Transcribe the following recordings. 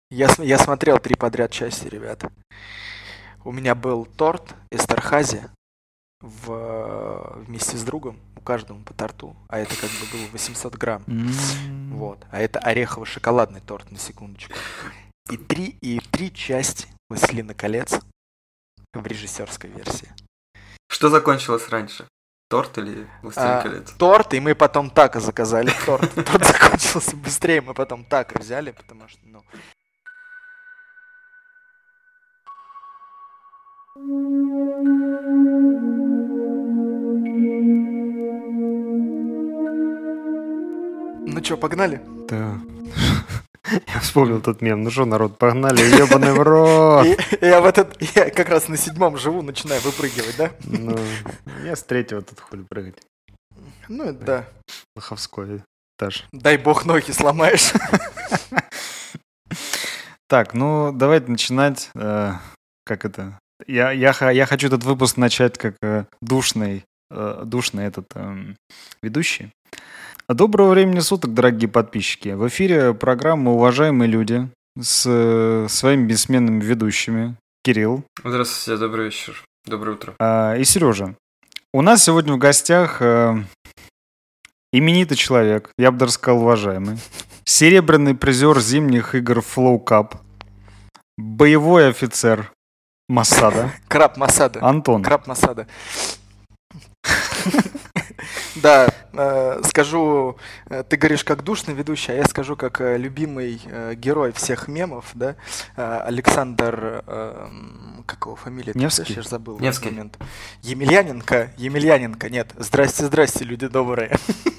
Я смотрел 3 подряд части, ребята. У меня был торт Эстерхази вместе с другом, у каждого по торту, а это как бы было 800 грамм. М. Вот. А это орехово-шоколадный торт, на секундочку. И три части «Властелина колец» в режиссерской версии. Что закончилось раньше? Торт или «Властелин колец»? Торт, и мы потом тако заказали торт. Торт закончился быстрее, мы потом тако взяли, потому что, ну... Ну чё, погнали? Да. Я вспомнил тот мем. Ну что, народ, погнали, ебаный в рот. Я как раз на 7-м живу, начинаю выпрыгивать, да? Ну, я с 3-го тут хули прыгать. Ну, да. Лоховской этаж. Дай бог ноги сломаешь. Так, ну давайте начинать. Как это? Я хочу этот выпуск начать как душный этот ведущий. Доброго времени суток, дорогие подписчики. В эфире программа «Уважаемые люди» с своими бессменными ведущими Кирилл Здравствуйте, добрый вечер. Доброе утро. и Сережа. У нас сегодня в гостях именитый человек, я бы даже сказал уважаемый, серебряный призер зимних игр Flow Cup, боевой офицер Моссада Краб Моссада. Антон. Краб Моссада. Да, скажу, ты говоришь как душный ведущий, а я скажу как любимый герой всех мемов, да, Александр, как его фамилия? Невский? Я же забыл. в Невский. этот момент. Емельяненко, нет. Здрасте, люди добрые.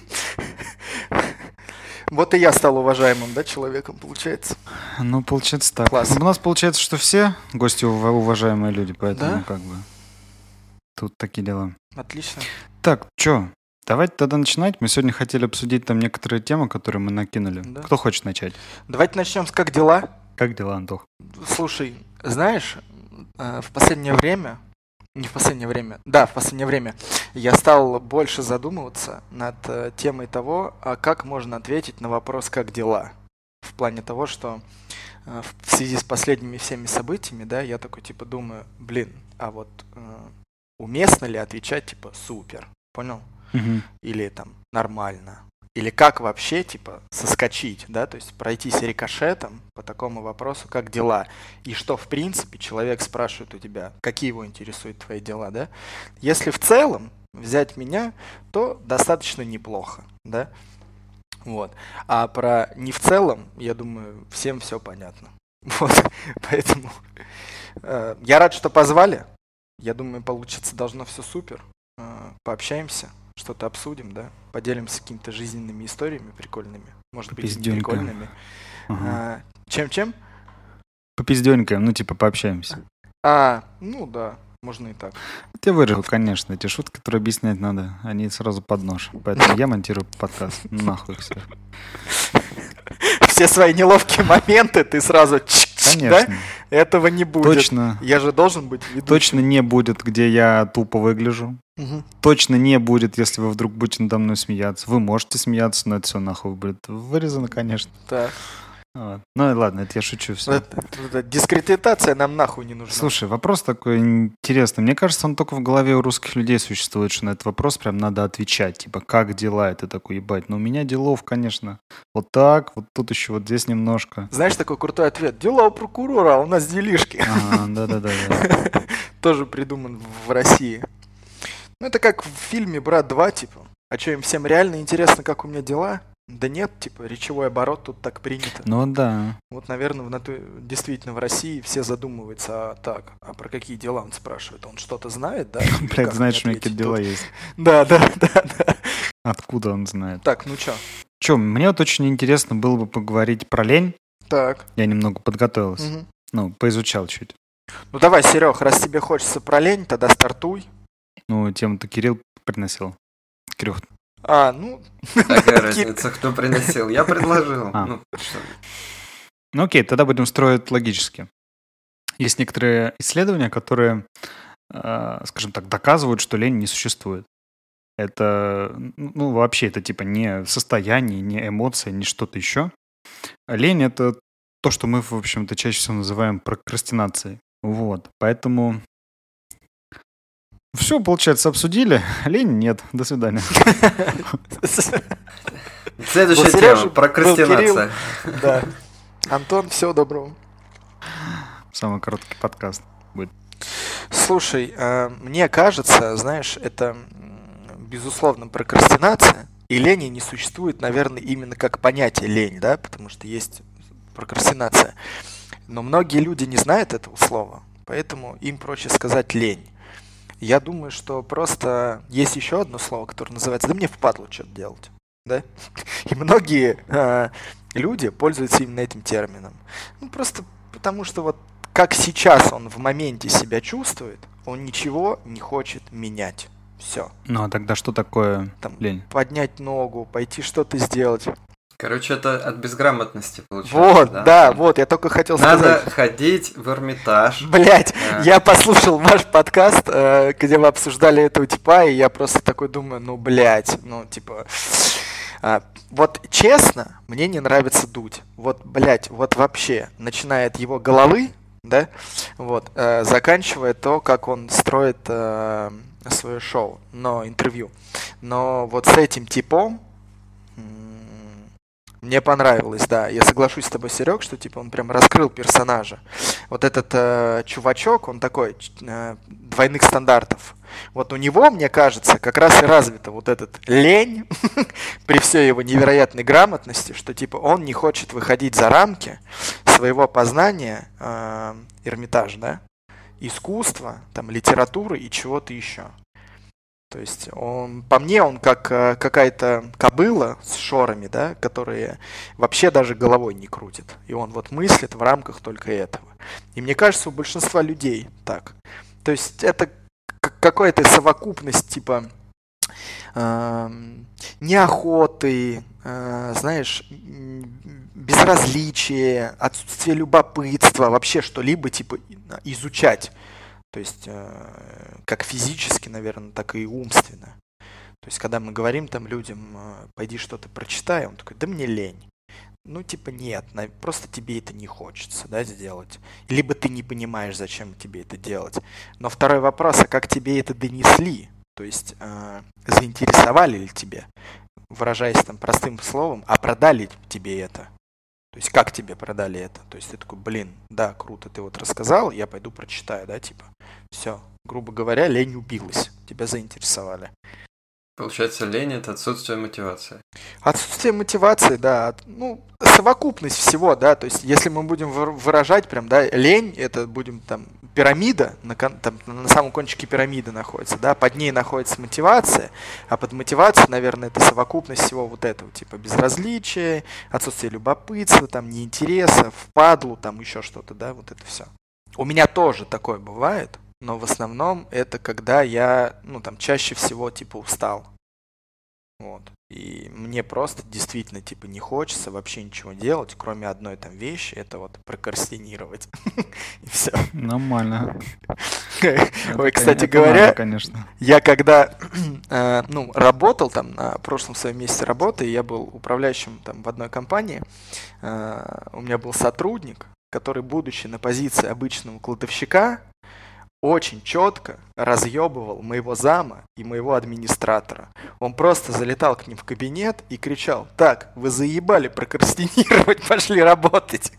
Вот и я стал уважаемым, да, человеком, получается. Ну, получается так. Класс. У нас получается, что все гости уважаемые люди, поэтому Да? как бы тут такие дела. Отлично. Так, чё? Давайте тогда начинать. Мы сегодня хотели обсудить там некоторые темы, которые мы накинули. Да. Кто хочет начать? Давайте начнем с «Как дела?». Как дела, Антох? Слушай, знаешь, в последнее время, не в последнее время, да, в последнее время я стал больше задумываться над темой того, а как можно ответить на вопрос «как дела?». В плане того, что в связи с последними всеми событиями, да, я такой типа думаю, блин, а вот уместно ли отвечать типа «супер», понял? Мгм. Или там «нормально». Или как вообще, типа, соскочить, да, то есть пройтись рикошетом по такому вопросу, как дела, и что, в принципе, человек спрашивает у тебя, какие его интересуют твои дела, да. Если в целом взять меня, то достаточно неплохо, да, вот. А про не в целом, я думаю, всем все понятно. Вот, поэтому я рад, что позвали, я думаю, получится должно все супер, пообщаемся. Что-то обсудим, да? Поделимся какими-то жизненными историями прикольными. Может быть, не Попиздюнькаем. прикольными. Ага. Чем? Попиздёнькаем, ну типа пообщаемся. Ну да, можно и так. Я вырежу, конечно, эти шутки, которые объяснять надо, они сразу под нож. Поэтому я монтирую подкаст. Нахуй все. Все свои неловкие моменты ты сразу да? Конечно. Этого не будет. Точно. Я же должен быть ведущим. Точно не будет, где я тупо выгляжу. Мгм. Точно не будет, если вы вдруг будете надо мной смеяться. Вы можете смеяться, но это все нахуй будет вырезано, конечно. Так. Вот. Ну и ладно, это я шучу все. Это дискредитация нам нахуй не нужна. Слушай, вопрос такой интересный. Мне кажется, он только в голове у русских людей существует, что на этот вопрос прям надо отвечать. Типа, как дела? Это такой, ебать. Но у меня делов, конечно. Вот так, вот тут еще вот здесь немножко. Знаешь, такой крутой ответ. Дела у прокурора, а у нас делишки. Ага, да-да-да. Тоже придуман в России. Ну, это как в фильме «Брат 2», типа. А что, им всем реально интересно, как у меня дела? Да нет, типа, речевой оборот тут так принято. Ну да. Вот, наверное, действительно в России все задумываются, а про какие дела он спрашивает? Он что-то знает, да? Или Блядь, как знаешь, мне у меня какие ответить дела тут? есть. Да. Откуда он знает? Так, ну чё? Че, мне вот очень интересно было бы поговорить про лень. Так. Я немного подготовился. Мгм. Ну, поизучал чуть. Ну давай, Серег, раз тебе хочется про лень, тогда стартуй. Ну, тему-то Кирилл приносил. Кирюх. Ну, Какая разница, кто приносил? Я предложил. А. Ну, что? Ну окей, тогда будем строить логически. Есть некоторые исследования, которые, скажем так, доказывают, что лень не существует. Это, ну, вообще, это типа не состояние, не эмоция, не что-то еще. Лень — это то, что мы, в общем-то, чаще всего называем прокрастинацией. Вот, поэтому все, получается, обсудили. Лень нет. До свидания. Следующая тема. Прокрастинация. Да. Антон, всего доброго. Самый короткий подкаст будет. Слушай, мне кажется, знаешь, это безусловно прокрастинация, и лени не существует, наверное, именно как понятие лень, да, потому что есть прокрастинация. Но многие люди не знают этого слова, поэтому им проще сказать лень. Я думаю, что просто есть еще одно слово, которое называется «да мне впадло что-то делать». Да? И многие люди пользуются именно этим термином. Ну, просто потому что вот как сейчас он в моменте себя чувствует, он ничего не хочет менять. Все. Ну, а тогда что такое Там, лень? поднять ногу, пойти что-то сделать. Короче, это от безграмотности получается. Вот, да, вот, я только хотел сказать. Надо ходить в Эрмитаж. Блять, я послушал ваш подкаст, где вы обсуждали этого типа, и я просто такой думаю, ну, блять, ну, типа... Вот честно, мне не нравится Дудь. Вот, блять, вот вообще, начиная от его головы, да, вот, заканчивая то, как он строит свое шоу, интервью. Но вот с этим типом мне понравилось, да. Я соглашусь с тобой, Серег, что типа он прям раскрыл персонажа. Вот этот чувачок, он такой двойных стандартов. Вот у него, мне кажется, как раз и развита вот этот лень при всей его невероятной грамотности, что типа он не хочет выходить за рамки своего познания Эрмитаж, да, искусства, там, литературы и чего-то еще. То есть он, по мне, он как какая-то кобыла с шорами, да, которые вообще даже головой не крутит. И он вот мыслит в рамках только этого. И мне кажется, у большинства людей так. То есть это какая-то совокупность типа неохоты, знаешь, безразличия, отсутствие любопытства, вообще что-либо типа изучать. То есть как физически, наверное, так и умственно. То есть когда мы говорим там людям, пойди что-то прочитай, он такой, да мне лень. Ну типа нет, просто тебе это не хочется, да, сделать. Либо ты не понимаешь, зачем тебе это делать. Но второй вопрос, а как тебе это донесли? То есть заинтересовали ли тебе, выражаясь там простым словом, а продали тебе это? То есть как тебе продали это? То есть ты такой, блин, да, круто, ты вот рассказал, я пойду прочитаю, да, типа. Все, грубо говоря, лень убилась, тебя заинтересовали. Получается, лень – это отсутствие мотивации. Отсутствие мотивации, да, ну, совокупность всего, да, то есть если мы будем выражать прям, да, лень, это будем там пирамида, там, на самом кончике пирамиды находится, да, под ней находится мотивация, а под мотивацией, наверное, это совокупность всего вот этого, типа безразличия, отсутствие любопытства, там, неинтереса, впадлу, там, еще что-то, да, вот это все. У меня тоже такое бывает, но в основном это когда я, ну, там, чаще всего, типа, устал. Вот. И мне просто действительно, типа, не хочется вообще ничего делать, кроме одной там вещи, это вот прокрастинировать. И все. Нормально. Ой, кстати говоря, конечно. я когда, ну, работал там на прошлом своем месте работы, я был управляющим там в одной компании, у меня был сотрудник, который, будучи на позиции обычного кладовщика, очень четко разъебывал моего зама и моего администратора. Он просто залетал к ним в кабинет и кричал: так, вы заебали прокрастинировать, пошли работать.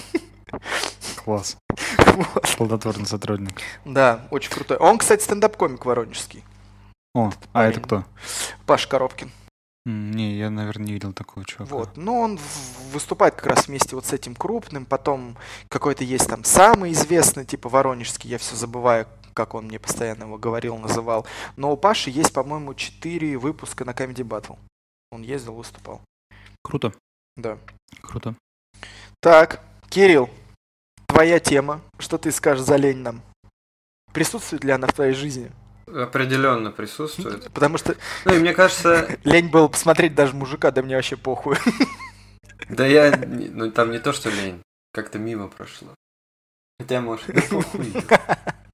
Класс. Вот. Плодотворный сотрудник. Да, очень крутой. Он, кстати, стендап-комик воронежский. О, а это кто? Паша Коробкин. Не, я, наверное, не видел такого чувака. Вот, но он выступает как раз вместе вот с этим крупным, потом какой-то есть там самый известный, типа воронежский, я все забываю, как он мне постоянно его говорил, называл. Но у Паши есть, по-моему, 4 выпуска на Comedy Battle. Он ездил, выступал. Круто. Да. Круто. Так, Кирилл, твоя тема. Что ты скажешь за лень нам? Присутствует ли она в твоей жизни? Определенно присутствует. Потому что Ну и мне кажется... лень было посмотреть даже мужика, да мне вообще похуй. Да я... Ну там не то, что лень. Как-то мимо прошло. Хотя, может, да похуй.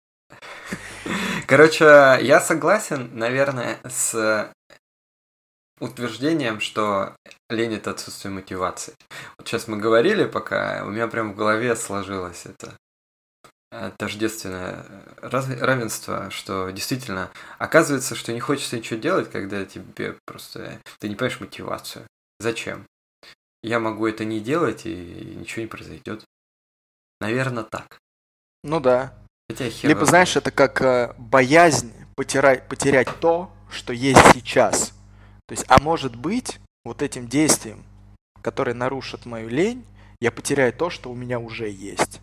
Короче, я согласен, наверное, с утверждением, что лень — это отсутствие мотивации. Вот сейчас мы говорили, пока у меня прям в голове сложилось это тождественное равенство, что действительно оказывается, что не хочется ничего делать, когда тебе просто... Ты не понимаешь мотивацию. Зачем? Я могу это не делать, и ничего не произойдет. Наверное, так. Ну да. Хотя хер Либо, его знаешь, знает. это как боязнь потерять то, что есть сейчас. То есть, а может быть, вот этим действием, которое нарушит мою лень, я потеряю то, что у меня уже есть.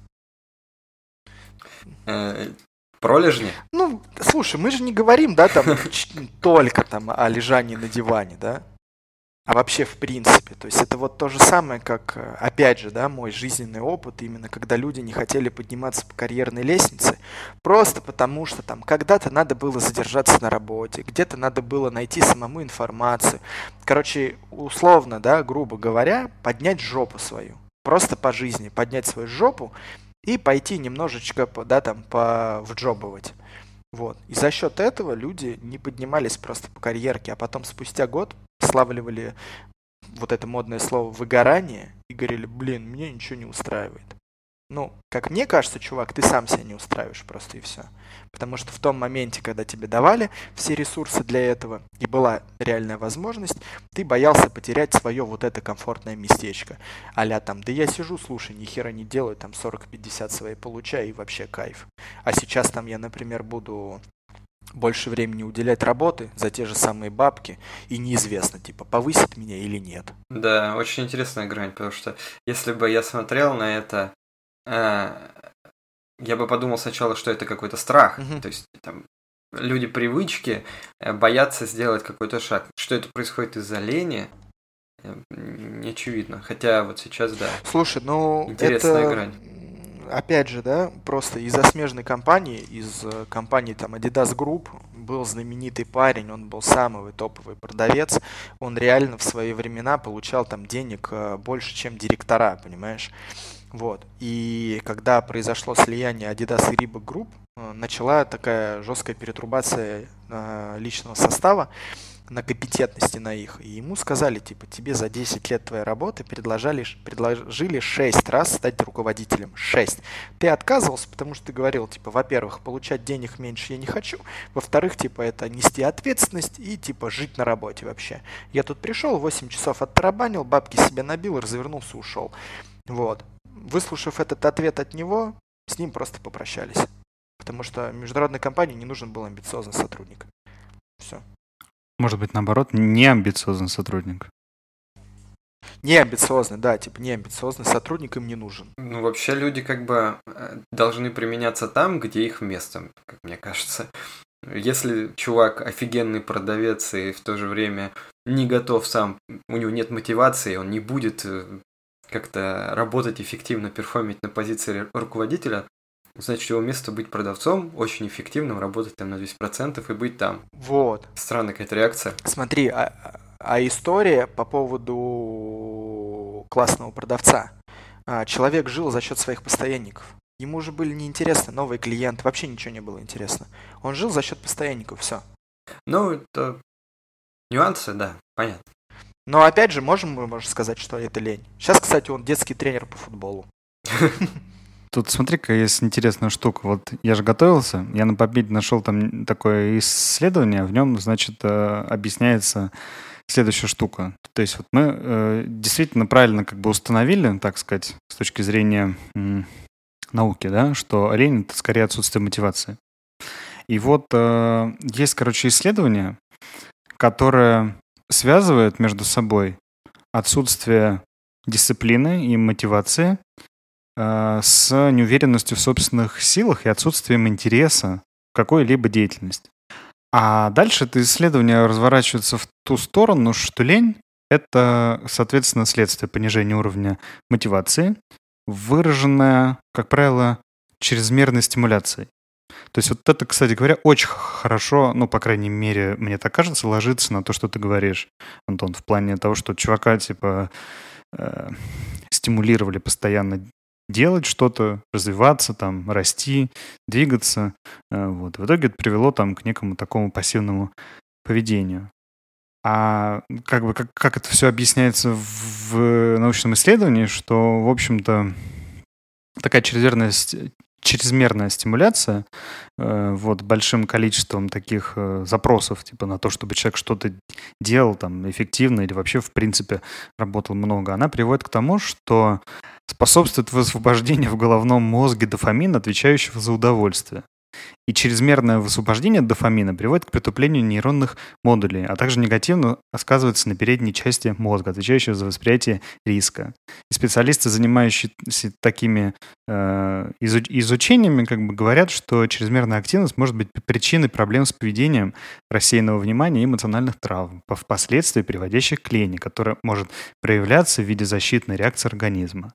Пролежни? Ну, слушай, мы же не говорим, да, там, только там о лежании на диване, да? А вообще, в принципе, то есть это вот то же самое, как, опять же, да, мой жизненный опыт, именно когда люди не хотели подниматься по карьерной лестнице, просто потому что там когда-то надо было задержаться на работе, где-то надо было найти самому информацию. Короче, условно, да, грубо говоря, поднять жопу свою. Просто по жизни поднять свою жопу и пойти немножечко, да, там, вджобывать. Вот. И за счет этого люди не поднимались просто по карьерке, а потом спустя год славливали вот это модное слово «выгорание» и говорили, блин, меня ничего не устраивает. Ну, как мне кажется, чувак, ты сам себя не устраиваешь просто и все. Потому что в том моменте, когда тебе давали все ресурсы для этого, и была реальная возможность, ты боялся потерять свое вот это комфортное местечко. А-ля там, да я сижу, слушай, ни хера не делаю, там 40-50 свои получаю, и вообще кайф. А сейчас там я, например, буду больше времени уделять работе за те же самые бабки, и неизвестно, типа, повысит меня или нет. Да, очень интересная грань, потому что если бы я смотрел на это, я бы подумал сначала, что это какой-то страх. То есть там люди привычки боятся сделать какой-то шаг. Что это происходит из-за лени, не очевидно. Хотя вот сейчас, да. Слушай, ну интересная это, грань. Опять же, да, просто из-за смежной компании, из компании там Adidas Group, был знаменитый парень, он был самый топовый продавец, он реально в свои времена получал там денег больше, чем директора, понимаешь? Вот. И когда произошло слияние Adidas и Reebok Group, начала такая жесткая перетрубация личного состава на компетентности на их. И ему сказали, типа, тебе за 10 лет твоей работы предложили 6 раз стать руководителем. 6. Ты отказывался, потому что ты говорил, типа, во-первых, получать денег меньше я не хочу, во-вторых, типа, это нести ответственность и, типа, жить на работе вообще. Я тут пришел, 8 часов оттарабанил, бабки себе набил, развернулся, ушел. Вот. Выслушав этот ответ от него, с ним просто попрощались. Потому что международной компании не нужен был амбициозный сотрудник. Все. Может быть, наоборот, не амбициозный сотрудник. Не амбициозный, да, типа не амбициозный сотрудник им не нужен. Ну, вообще люди как бы должны применяться там, где их место, как мне кажется. Если чувак офигенный продавец и в то же время не готов сам, у него нет мотивации, он не будет как-то работать эффективно, перформить на позиции руководителя, значит, его место быть продавцом, очень эффективным, работать там на 200% и быть там. Вот. Странная какая-то реакция. Смотри, история по поводу классного продавца. Человек жил за счет своих постоянников. Ему уже были неинтересны новые клиенты, вообще ничего не было интересно. Он жил за счет постоянников, все. Ну, это нюансы, да, понятно. Но опять же, можно сказать, что это лень. Сейчас, кстати, он детский тренер по футболу. Тут смотри-ка, есть интересная штука. Вот я же готовился, я на Победе нашел там такое исследование, в нем, значит, объясняется следующая штука. То есть вот мы действительно правильно как бы установили, так сказать, с точки зрения науки, да, что лень — это скорее отсутствие мотивации. И вот есть, короче, исследование, которое связывает между собой отсутствие дисциплины и мотивации с неуверенностью в собственных силах и отсутствием интереса в какой-либо деятельности. А дальше это исследование разворачивается в ту сторону, что лень — это, соответственно, следствие понижения уровня мотивации, выраженное, как правило, чрезмерной стимуляцией. То есть вот это, кстати говоря, очень хорошо, ну, по крайней мере, мне так кажется, ложится на то, что ты говоришь, Антон, в плане того, что чувака, типа, стимулировали постоянно делать что-то, развиваться, там, расти, двигаться. Вот. В итоге это привело там, к некому такому пассивному поведению. Как это все объясняется в научном исследовании, что, в общем-то, такая чрезмерная стимуляция большим количеством таких запросов, типа на то, чтобы человек что-то делал там эффективно или вообще, в принципе, работал много, она приводит к тому, что способствует высвобождению в головном мозге дофамина, отвечающего за удовольствие. И чрезмерное высвобождение дофамина приводит к притуплению нейронных модулей, а также негативно сказывается на передней части мозга, отвечающей за восприятие риска. И специалисты, занимающиеся такими изучениями, говорят, что чрезмерная активность может быть причиной проблем с поведением, рассеянного внимания и эмоциональных травм, впоследствии приводящих к лени, которая может проявляться в виде защитной реакции организма.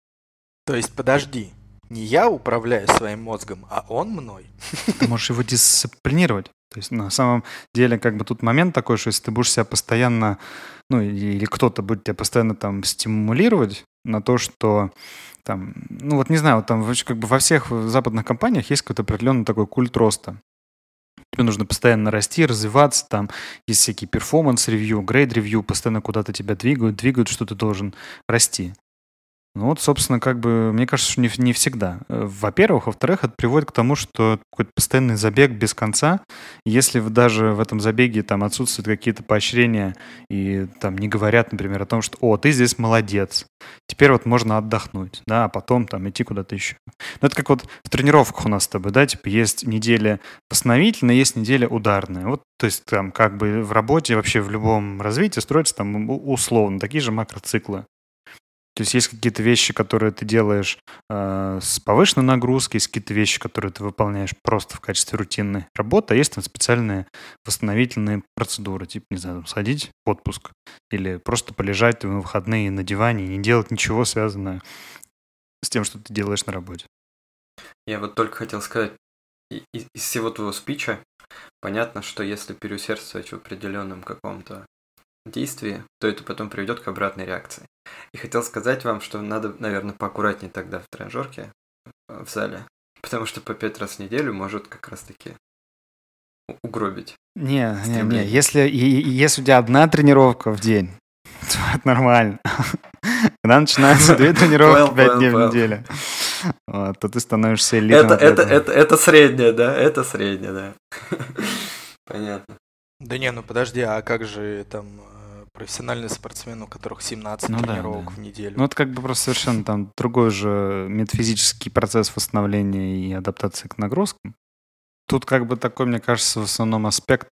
То есть, подожди, не я управляю своим мозгом, а он мной. Ты можешь его дисциплинировать. То есть на самом деле тут момент такой, что если ты будешь себя постоянно, или кто-то будет тебя постоянно там стимулировать на то, что там, не знаю, там во всех западных компаниях есть какой-то определенный такой культ роста. Тебе нужно постоянно расти, развиваться, там есть всякие перформанс-ревью, грейд-ревью, постоянно куда-то тебя двигают, что ты должен расти. Собственно, мне кажется, что не всегда. Во-первых. Во-вторых, это приводит к тому, что какой-то постоянный забег без конца. Если даже в этом забеге там отсутствуют какие-то поощрения и там не говорят, например, о том, что ты здесь молодец, теперь можно отдохнуть, да, а потом там идти куда-то еще. Это как в тренировках у нас с тобой, да, есть неделя восстановительная, есть неделя ударная. То есть там в работе, вообще в любом развитии строятся там условно такие же макроциклы. То есть какие-то вещи, которые ты делаешь с повышенной нагрузкой, есть какие-то вещи, которые ты выполняешь просто в качестве рутинной работы, а есть там специальные восстановительные процедуры, типа, не знаю, сходить в отпуск или просто полежать на выходные на диване и не делать ничего, связанное с тем, что ты делаешь на работе. Я только хотел сказать, из всего твоего спича понятно, что если переусердствовать в определенном каком-то действии, то это потом приведет к обратной реакции. И хотел сказать вам, что надо, наверное, поаккуратнее тогда в тренажерке в зале, потому что по 5 раз в неделю может как раз-таки угробить. Не. Если у тебя одна тренировка в день, то это нормально. Когда начинаются 2 тренировки 5 дней в неделю, то ты становишься элитным. Это среднее, да? Это среднее, да. Понятно. Да не, подожди, а как же там профессиональные спортсмены, у которых 17 тренировок в неделю? Это просто совершенно там другой же метафизический процесс восстановления и адаптации к нагрузкам. Тут такой, мне кажется, в основном аспект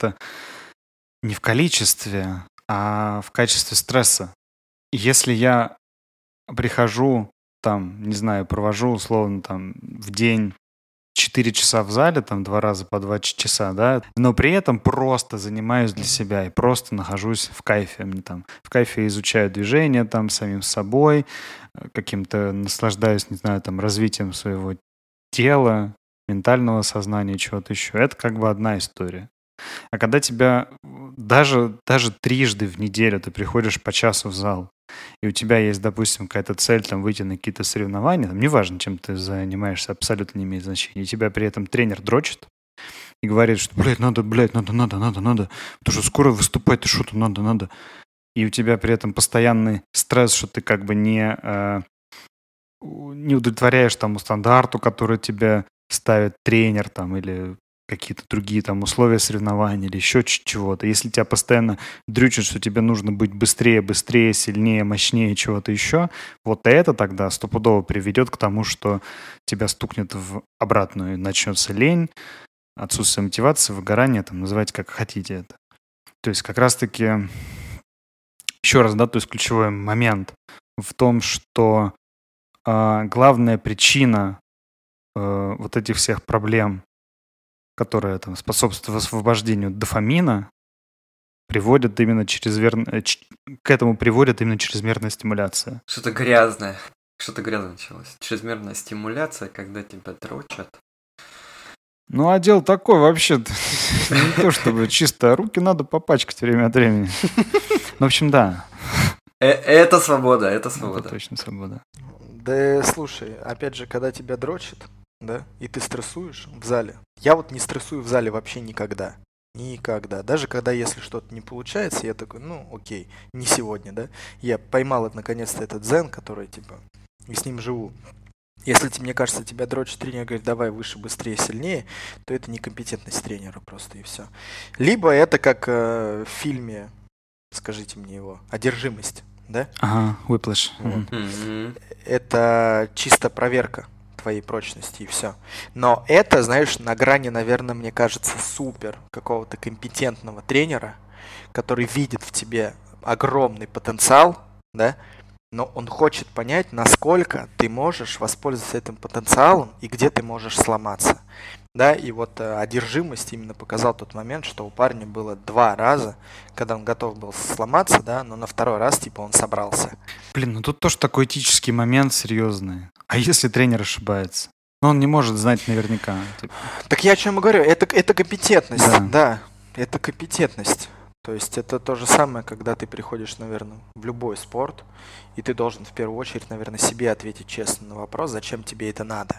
не в количестве, а в качестве стресса. Если я прихожу, там, не знаю, провожу условно там в день 4 часа в зале, там 2 раза по 2 часа, да, но при этом просто занимаюсь для себя и просто нахожусь в кайфе. Мне там в кайфе изучаю движение там самим собой, каким-то наслаждаюсь, не знаю, там развитием своего тела, ментального сознания, чего-то еще. Это одна история. А когда тебя даже трижды в неделю ты приходишь по часу в зал, и у тебя есть, допустим, какая-то цель там выйти на какие-то соревнования, там, неважно, чем ты занимаешься, абсолютно не имеет значения, и тебя при этом тренер дрочит и говорит, что, надо, потому что скоро выступать, ты что-то надо. И у тебя при этом постоянный стресс, что ты не удовлетворяешь тому стандарту, который тебе ставит тренер там или какие-то другие там условия соревнований или еще чего-то. Если тебя постоянно дрючат, что тебе нужно быть быстрее, сильнее, мощнее, чего-то еще, это тогда стопудово приведет к тому, что тебя стукнет в обратную, и начнется лень, отсутствие мотивации, выгорание, там, называйте как хотите это. То есть как раз-таки, еще раз, да, то есть ключевой момент в том, что главная причина этих всех проблем, которые там способствуют освобождению дофамина, приводит именно к этому приводит именно чрезмерная стимуляция. Что-то грязное началось. Чрезмерная стимуляция, когда тебя дрочат. А дело такое вообще-то. Не то чтобы чисто руки надо попачкать время от времени. В общем, да. Это свобода, это точно свобода. Да слушай, опять же, когда тебя дрочат, да, и ты стрессуешь в зале. Я не стрессую в зале вообще никогда. Никогда. Даже когда, если что-то не получается, я такой, ну, окей, не сегодня, да. Я поймал наконец-то этот дзен, который, типа, и с ним живу. Если мне кажется, тебя дрочит тренер, говорит, давай выше, быстрее, сильнее, то это некомпетентность тренера просто, и все. Либо это как в фильме, скажите мне его, «Одержимость», да? Ага, Whiplash. Вот. Это чисто проверка твоей прочности, и все. Но это, знаешь, на грани, наверное, мне кажется, супер какого-то компетентного тренера, который видит в тебе огромный потенциал, да, но он хочет понять, насколько ты можешь воспользоваться этим потенциалом и где ты можешь сломаться. Да, и вот одержимость именно показал тот момент, что у парня было 2 раза, когда он готов был сломаться, да, но на второй раз, типа, он собрался. Блин, ну тут тоже такой этический момент серьезный. А если тренер ошибается? Ну, он не может знать наверняка. Типа. Так я о чем и говорю, это компетентность, да, это компетентность. То есть это то же самое, когда ты приходишь, наверное, в любой спорт, и ты должен в первую очередь, наверное, себе ответить честно на вопрос, зачем тебе это надо.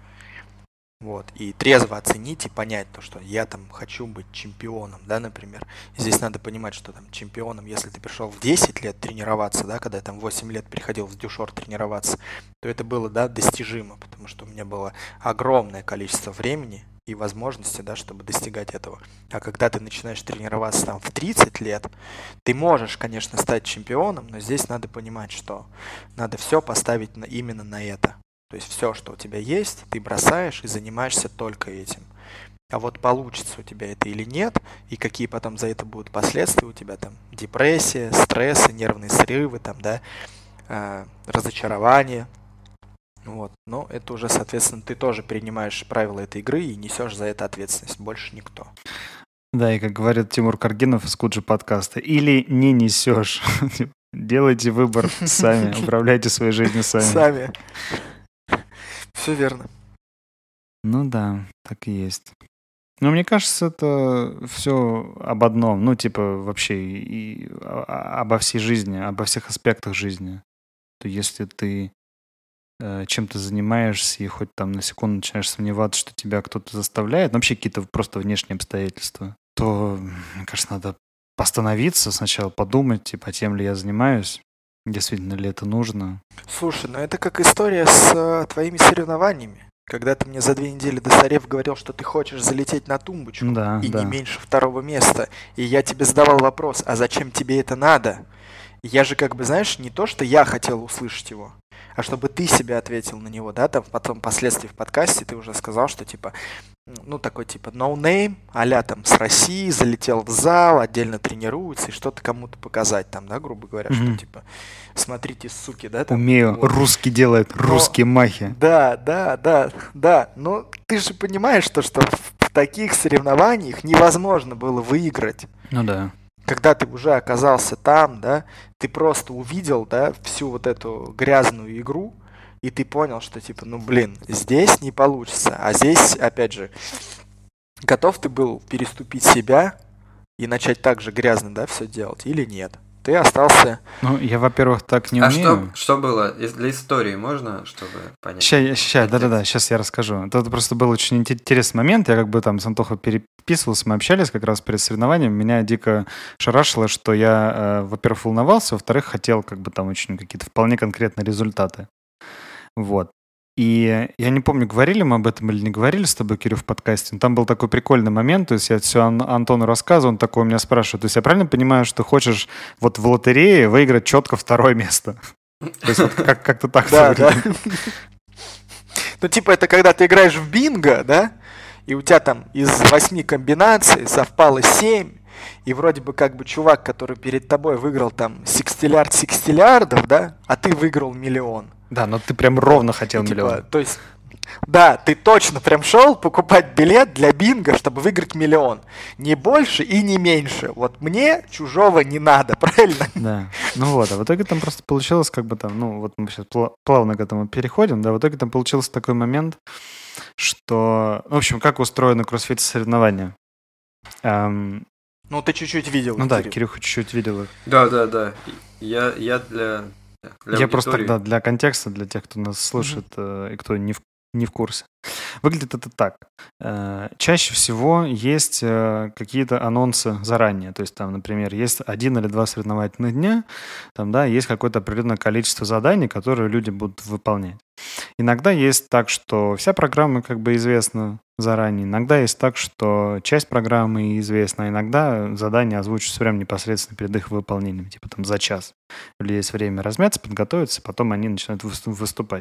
Вот, и трезво оценить и понять то, что я там хочу быть чемпионом, да, например. И здесь надо понимать, что там чемпионом, если ты пришел в 10 лет тренироваться, да, когда я там 8 лет приходил в Дюшор тренироваться, то это было, да, достижимо, потому что у меня было огромное количество времени и возможности, да, чтобы достигать этого. А когда ты начинаешь тренироваться там в 30 лет, ты можешь, конечно, стать чемпионом, но здесь надо понимать, что надо все поставить именно на это. То есть все, что у тебя есть, ты бросаешь и занимаешься только этим. А вот получится у тебя это или нет, и какие потом за это будут последствия у тебя, там, депрессия, стрессы, нервные срывы, там, да, разочарование. Вот. Но это уже, соответственно, ты тоже принимаешь правила этой игры и несешь за это ответственность. Больше никто. Да, и как говорит Тимур Каргинов из Куджи подкаста, или не несешь. Делайте выбор сами, управляйте своей жизнью сами. Сами. Все верно. Ну да, так и есть. Но мне кажется, это все об одном. Ну, типа, вообще и обо всей жизни, обо всех аспектах жизни. То если ты чем-то занимаешься и хоть там на секунду начинаешь сомневаться, что тебя кто-то заставляет, ну, вообще какие-то просто внешние обстоятельства, то, мне кажется, надо остановиться сначала, подумать, типа, тем ли я занимаюсь, действительно ли это нужно. Слушай, ну это как история с твоими соревнованиями. Когда ты мне за 2 недели до Сарев говорил, что ты хочешь залететь на тумбочку Да, и да. не меньше 2-го места, и я тебе задавал вопрос, а зачем тебе это надо? Я же как бы, знаешь, не то, что я хотел услышать его, а чтобы ты себе ответил на него, да, там потом впоследствии в подкасте ты уже сказал, что типа, ну такой типа no name, а-ля там с России, залетел в зал, отдельно тренируется и что-то кому-то показать там, да, грубо говоря, что типа, смотрите, суки, да, там. Умею, вот. русский делает, русские махи. Да, но ты же понимаешь, что в таких соревнованиях невозможно было выиграть. Ну да. Когда ты уже оказался там, да, ты просто увидел, да, всю вот эту грязную игру, и ты понял, что типа, ну блин, здесь не получится, а здесь, опять же, готов ты был переступить себя и начать так же грязно, да, все делать или нет? Ты остался... Ну, я, во-первых, так не умею. Что было? Для истории можно, чтобы понять? Сейчас, да-да-да, сейчас я расскажу. Это просто был очень интересный момент. Я как бы там с Антохой переписывался, мы общались как раз перед соревнованием. Меня дико шарашило, что я, во-первых, волновался, во-вторых, хотел как бы там очень какие-то вполне конкретные результаты. Вот. И я не помню, говорили мы об этом или не говорили с тобой, Кирилл, в подкасте. Но там был такой прикольный момент, то есть я все Антону рассказываю, он такой у меня спрашивает, то есть я правильно понимаю, что хочешь вот в лотерее выиграть четко 2-е место? То есть вот как-то так. Да. Ну типа это когда ты играешь в бинго, да, и у тебя там из 8 комбинаций совпало 7, и вроде бы как бы чувак, который перед тобой выиграл там секстиллиардов, да, а ты выиграл 1 миллион. Да, но ты прям ровно хотел миллион. То есть, да, ты точно прям шел покупать билет для бинго, чтобы выиграть 1 миллион. Не больше и не меньше. Вот мне чужого не надо, правильно? Да. Ну вот, а в итоге там просто получилось как бы там, ну вот мы сейчас плавно к этому переходим, да, в итоге там получился такой момент, что, в общем, как устроено кроссфит соревнования. Ну, ты чуть-чуть видел. Ну да, Кирюха чуть-чуть видел их. Да. Я для просто, да, для контекста, для тех, кто нас слушает и кто не не в курсе. Выглядит это так. Чаще всего есть какие-то анонсы заранее. То есть там, например, есть 1 или 2 соревновательных дня, там, да, есть какое-то определенное количество заданий, которые люди будут выполнять. Иногда есть так, что вся программа как бы известна заранее. Иногда есть так, что часть программы известна. А иногда задания озвучиваются прямо непосредственно перед их выполнением. Типа там за час. У людей есть время размяться, подготовиться, потом они начинают выступать.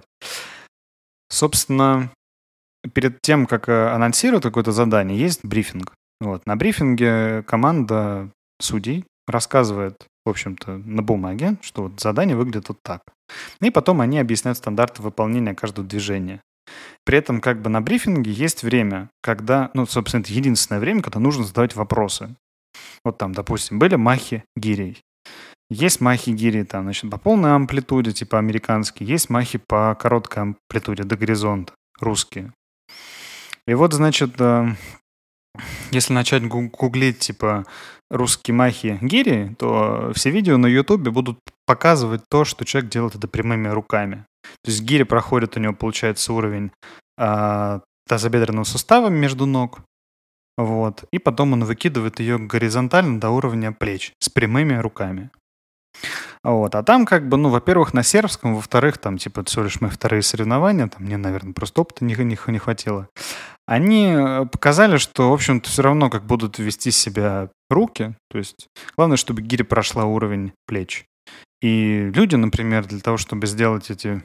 Собственно, перед тем, как анонсируют какое-то задание, есть брифинг. Вот. На брифинге команда судей рассказывает, в общем-то, на бумаге, что вот задание выглядит вот так. И потом они объясняют стандарты выполнения каждого движения. При этом как бы на брифинге есть время, когда, ну, собственно, это единственное время, когда нужно задавать вопросы. Вот там, допустим, были махи гирей. Есть махи гири там, значит, по полной амплитуде, типа американские. Есть махи по короткой амплитуде до горизонта, русские. И вот, значит, если начать гуглить, типа, русские махи гири, то все видео на Ютубе будут показывать то, что человек делает это прямыми руками. То есть гири проходит, у него получается уровень тазобедренного сустава между ног, вот, и потом он выкидывает ее горизонтально до уровня плеч с прямыми руками. Вот. А там как бы, ну, во-первых, на сербском, во-вторых, там, типа, это всего лишь мои вторые соревнования, там, мне, наверное, просто опыта не хватило. Они показали, что, в общем-то, все равно как будут вести себя руки, то есть главное, чтобы гири прошла уровень плеч. И люди, например, для того, чтобы сделать эти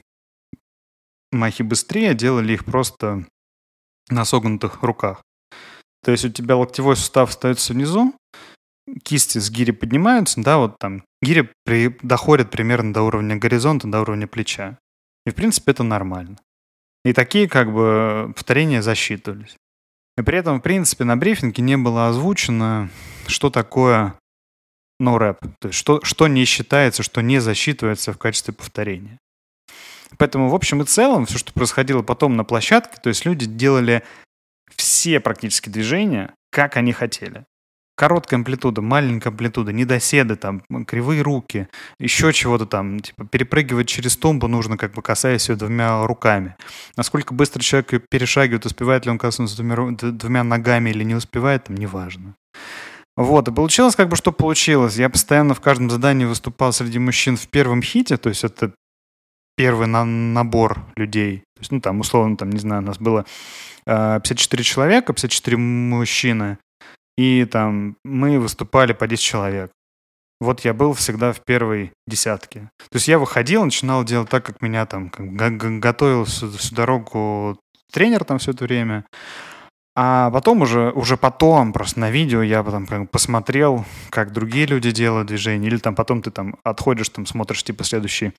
махи быстрее, делали их просто на согнутых руках. То есть у тебя локтевой сустав остается внизу, кисти с гири поднимаются, да, вот там гири доходят примерно до уровня горизонта, до уровня плеча. И, в принципе, это нормально. И такие, как бы, повторения засчитывались. И при этом, в принципе, на брифинге не было озвучено, что такое no-rep. То есть, что не считается, что не засчитывается в качестве повторения. Поэтому, в общем и целом, все, что происходило потом на площадке, то есть люди делали все практически движения, как они хотели. Короткая амплитуда, маленькая амплитуда, недоседы, там, кривые руки, еще чего-то там, типа перепрыгивать через тумбу нужно, как бы касаясь ее 2 руками. Насколько быстро человек ее перешагивает, успевает ли он коснуться 2 ногами или не успевает, там, неважно. Вот, и получилось как бы, что получилось. Я постоянно в каждом задании выступал среди мужчин в первом хите, то есть это первый набор людей. То есть, ну, там, условно, там, не знаю, у нас было 54 человека, 54 мужчины, и там мы выступали по 10 человек. Вот я был всегда в первой десятке. То есть я выходил, начинал делать так, как меня там готовил всю дорогу тренер там все это время. А потом уже потом, просто на видео я потом как бы посмотрел, как другие люди делают движения. Или там потом ты там отходишь, там смотришь типа следующую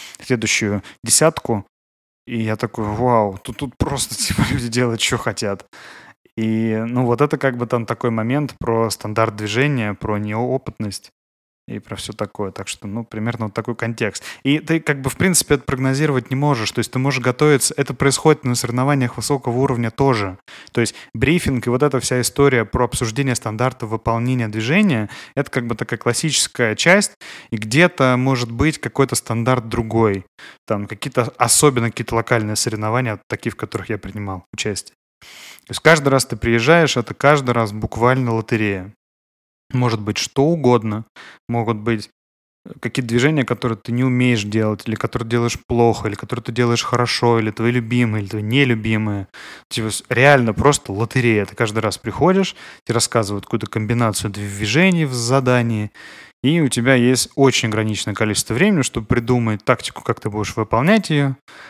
десятку. И я такой, вау, тут просто типа люди делают, что хотят. И, ну, вот это как бы там такой момент про стандарт движения, про неопытность и про все такое. Так что, ну, примерно вот такой контекст. И ты как бы, в принципе, это прогнозировать не можешь. То есть ты можешь готовиться. Это происходит на соревнованиях высокого уровня тоже. То есть брифинг и вот эта вся история про обсуждение стандартов выполнения движения, это как бы такая классическая часть. И где-то может быть какой-то стандарт другой. Там какие-то, особенно какие-то локальные соревнования, такие, в которых я принимал участие. То есть каждый раз ты приезжаешь, это каждый раз буквально лотерея. Может быть что угодно. Могут быть какие-то движения, которые ты не умеешь делать, или которые делаешь плохо, или которые ты делаешь хорошо, или твои любимые, или твои нелюбимые. Типа реально просто лотерея. Ты каждый раз приходишь, тебе рассказывают какую-то комбинацию движений в задании, и у тебя есть очень ограниченное количество времени, чтобы придумать тактику, как ты будешь выполнять ее,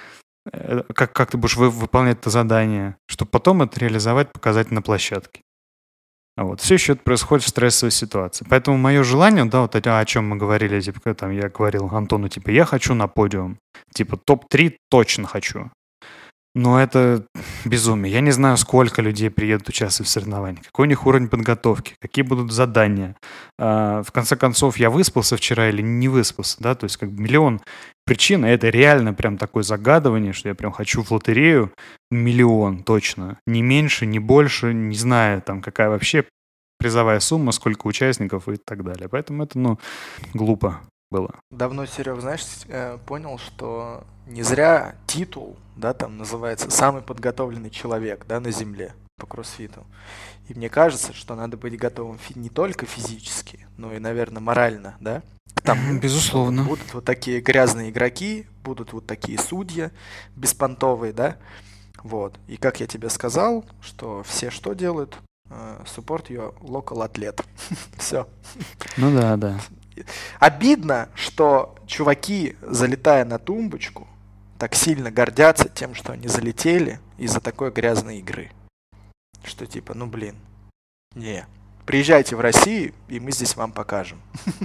как ты будешь выполнять это задание, чтобы потом это реализовать, показать на площадке. Вот. Все еще это происходит в стрессовой ситуации. Поэтому мое желание, да, вот о чем мы говорили, типа, там я говорил Антону, типа, я хочу на подиум. Типа, топ-3 точно хочу. Но это безумие. Я не знаю, сколько людей приедут участвовать в соревнованиях, какой у них уровень подготовки, какие будут задания. В конце концов, я выспался вчера или не выспался, да, то есть как бы миллион причин, и это реально прям такое загадывание, что я прям хочу в лотерею 1 миллион точно. Не меньше, не больше, не знаю, там какая вообще призовая сумма, сколько участников и так далее. Поэтому это, ну, глупо. было. Давно, Серег, знаешь, понял, что не зря титул, да, там называется «Самый подготовленный человек», да, на Земле по кроссфиту. И мне кажется, что надо быть готовым не только физически, но и, наверное, морально, да, к тому, Безусловно. что вот будут вот такие грязные игроки, будут вот такие судьи беспонтовые, да, вот. И как я тебе сказал, что все что делают? Support your local athlete. Все. Ну да. Обидно, что чуваки, залетая на тумбочку, так сильно гордятся тем, что они залетели из-за такой грязной игры. Что типа, ну блин, не. Приезжайте в Россию, и мы здесь вам покажем.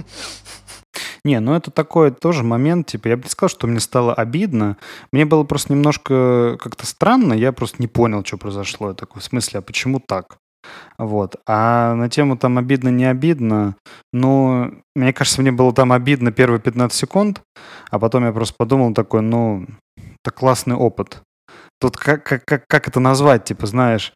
Не, ну это такой тоже момент, типа, я бы не сказал, что мне стало обидно. Мне было просто немножко как-то странно, я просто не понял, что произошло. Я такой, в смысле, а почему так? Вот. А на тему там обидно, не обидно, ну, мне кажется, мне было там обидно первые 15 секунд, а потом я просто подумал такой, ну, это классный опыт. Тут как это назвать, типа, знаешь,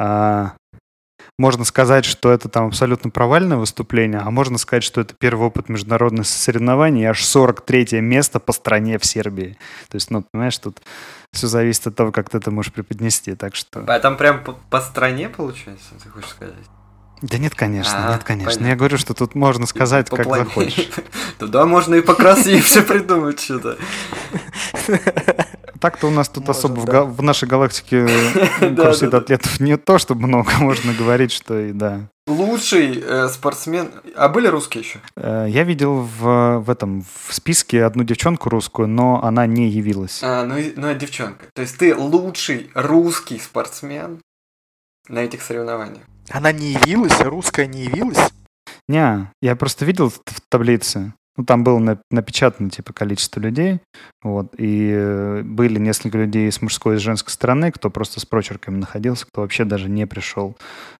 можно сказать, что это там абсолютно провальное выступление, а можно сказать, что это первый опыт международных соревнований и аж 43-е место по стране в Сербии. То есть, ну, понимаешь, тут все зависит от того, как ты это можешь преподнести, так что... А там прям по стране, получается, ты хочешь сказать? Да нет, конечно, нет, конечно. Понятно. Я говорю, что тут можно сказать, как захочешь. Туда можно и по России все придумать что-то. Так-то у нас тут Можно, особо да. в нашей галактике кроссфит-атлетов не то, чтобы много можно говорить, что и да. Лучший спортсмен... А были русские еще? Я видел в списке одну девчонку русскую, но она не явилась. Ну это девчонка. То есть ты лучший русский спортсмен на этих соревнованиях? Она не явилась, русская не явилась? Не, я просто видел в таблице. Ну, там было напечатано, типа, количество людей, вот, и были несколько людей с мужской и с женской стороны, кто просто с прочерками находился, кто вообще даже не пришел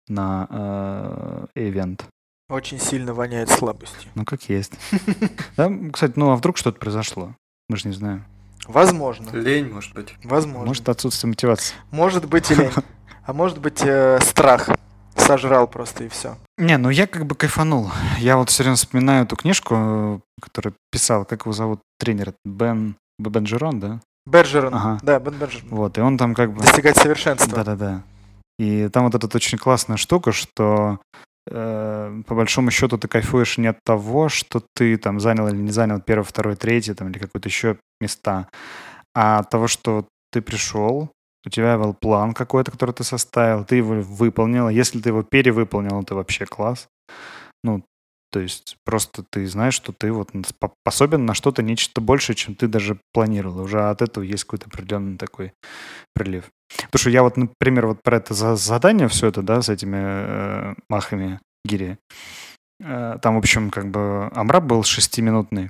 на ивент. Очень сильно воняет слабостью. Ну, как есть. Да, кстати, ну, а вдруг что-то произошло? Мы же не знаем. Возможно. Лень, может быть. Возможно. Может, отсутствие мотивации. Может быть и лень. А может быть страх. Сожрал просто и все. Не, ну я как бы кайфанул. Я вот все время вспоминаю эту книжку, которую писал, как его зовут, тренер, Бен Берджерон, да? Бержерон. Ага. Да, Бен Бержерон. Вот, и он там как бы... Достигать совершенства. Да-да-да. И там вот эта очень классная штука, что по большому счету ты кайфуешь не от того, что ты там занял или не занял первое, второе, третье, там, или какое-то еще места, а от того, что ты пришел, у тебя был план какой-то, который ты составил, ты его выполнил. Если ты его перевыполнил, это вообще класс. Ну, то есть просто ты знаешь, что ты вот способен на что-то нечто большее, чем ты даже планировал. Уже от этого есть какой-то определенный такой прилив. Потому что я вот, например, вот про это задание все это, да, с этими махами гири. Там, в общем, как бы амрап был 6-минутный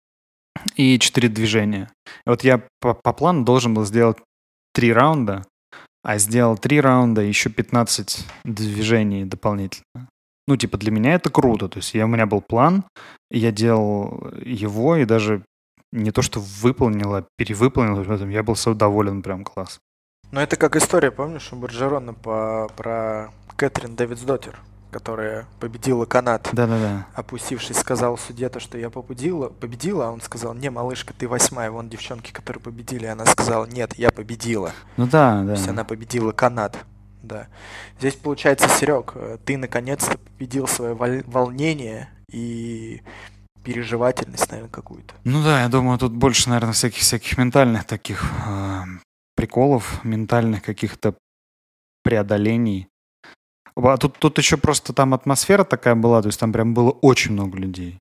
и 4 движения. И вот я по плану должен был сделать 3 раунда, а сделал 3 раунда, еще 15 движений дополнительно. Ну, типа, для меня это круто. То есть у меня был план, и я делал его, и даже не то, что выполнил, а перевыполнил. В этом я был доволен, прям класс. Но это как история, помнишь, у Берджерона про Кэтрин Дэвидсдоттер, которая победила канат. Да-да-да. Опустившись, сказал судье то, что я победила, а он сказал: не, малышка, ты 8-я, вон девчонки, которые победили. Она сказала: нет, я победила. Ну да, То да. есть она победила канат. Да. Здесь получается, Серег, ты наконец-то победил свое волнение и переживательность, наверное, какую-то. Ну да, я думаю, тут больше, наверное, всяких ментальных таких приколов, ментальных каких-то преодолений. А тут еще просто там атмосфера такая была, то есть там прям было очень много людей.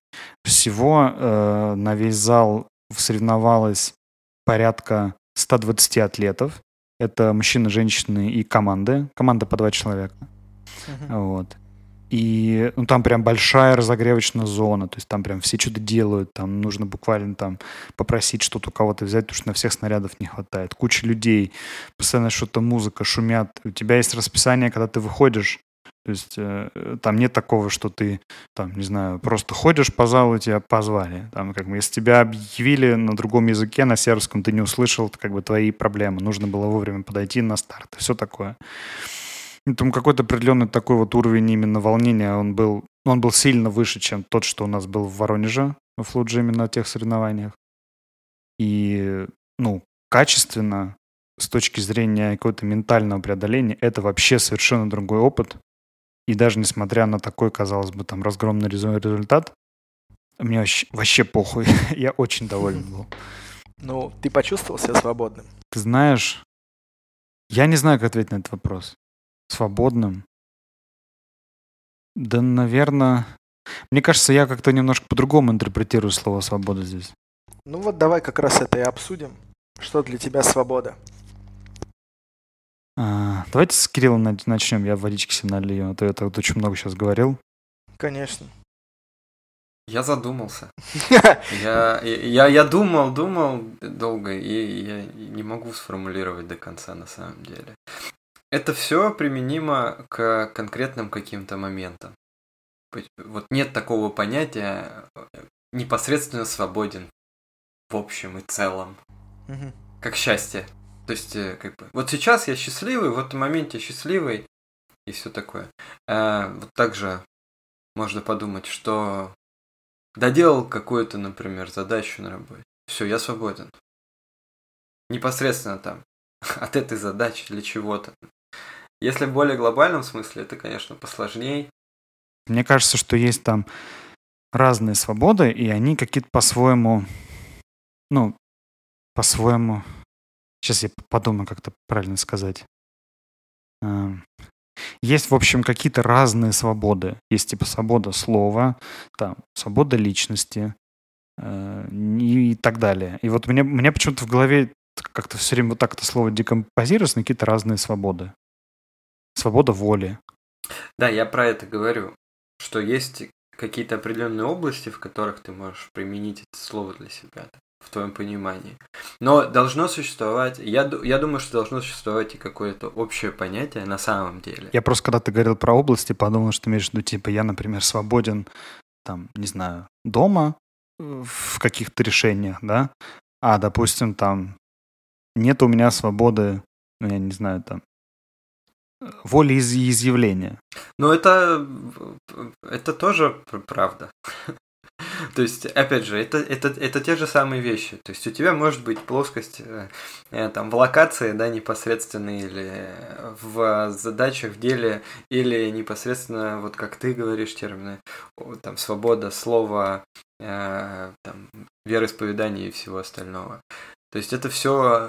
Всего на весь зал соревновалось порядка 120 атлетов. Это мужчины, женщины и команды. Команда по 2 человека. Вот. И ну, там прям большая разогревочная зона, то есть там прям все что-то делают, там нужно буквально там попросить что-то у кого-то взять, потому что на всех снарядов не хватает. Куча людей, постоянно что-то музыка, шумят. У тебя есть расписание, когда ты выходишь, то есть там нет такого, что ты, там, не знаю, просто ходишь по залу, тебя позвали. Там, как бы, если тебя объявили на другом языке, на сербском, ты не услышал, это как бы твои проблемы. Нужно было вовремя подойти на старт и все такое. Там какой-то определенный такой вот уровень именно волнения, он был сильно выше, чем тот, что у нас был в Воронеже. во флоу-джиме на тех соревнованиях. И, качественно, с точки зрения какого-то ментального преодоления, это вообще совершенно другой опыт. И даже несмотря на такой, казалось бы, там разгромный результат, мне вообще похуй. Я очень доволен был. Ну, ты почувствовал себя свободным? Ты знаешь, я не знаю, как ответить на этот вопрос. Свободным? Да, наверное... Мне кажется, я как-то немножко по-другому интерпретирую слово «свобода» здесь. Ну вот давай как раз это и обсудим. Что для тебя свобода? Давайте с Кириллом начнем. Я водички себе налью, а то я тут очень много сейчас говорил. Конечно. Я задумался. Я думал долго, и я не могу сформулировать до конца на самом деле. Это все применимо к конкретным каким-то моментам. Вот нет такого понятия непосредственно свободен в общем и целом, как счастье. То есть, вот сейчас я счастливый, в этом моменте счастливый, и все такое. Вот также можно подумать, что доделал какую-то, например, задачу на работе. Все, я свободен. Непосредственно там от этой задачи для чего-то. Если в более глобальном смысле, это, конечно, посложнее. Мне кажется, что есть там разные свободы, и они какие-то по-своему, по-своему... Сейчас я подумаю, как это правильно сказать. Есть, в общем, какие-то разные свободы. Есть типа свобода слова, там, свобода личности и так далее. И вот мне почему-то в голове как-то все время вот так это слово декомпозируется на какие-то разные свободы. Свобода воли. Да, я про это говорю, что есть какие-то определенные области, в которых ты можешь применить это слово для себя, в твоем понимании. Но должно существовать, я думаю, что должно существовать и какое-то общее понятие на самом деле. Я просто, когда ты говорил про области, подумал, что имеешь в виду, типа, я, например, свободен, там, не знаю, дома в каких-то решениях, да, а, допустим, там, нет у меня свободы, я не знаю, там, воли изъявления. Ну, это тоже правда. То есть, опять же, это те же самые вещи. То есть у тебя может быть плоскость там, в локации, да, непосредственно, или в задачах, в деле, или непосредственно, вот как ты говоришь термины, там, свобода слова, там, вероисповедания и всего остального. То есть это все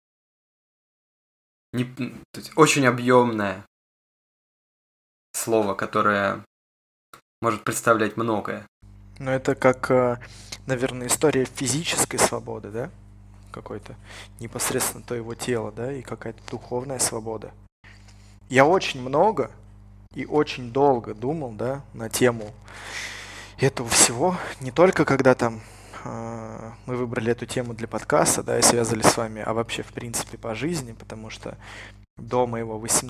очень объемное слово, которое может представлять многое. Ну, это как, наверное, история физической свободы, да? Какой-то непосредственно твоего тела, да? И какая-то духовная свобода. Я очень много и очень долго думал, да, на тему этого всего. Не только когда там мы выбрали эту тему для подкаста, да, и связали с вами, а вообще, в принципе, по жизни, потому что до моих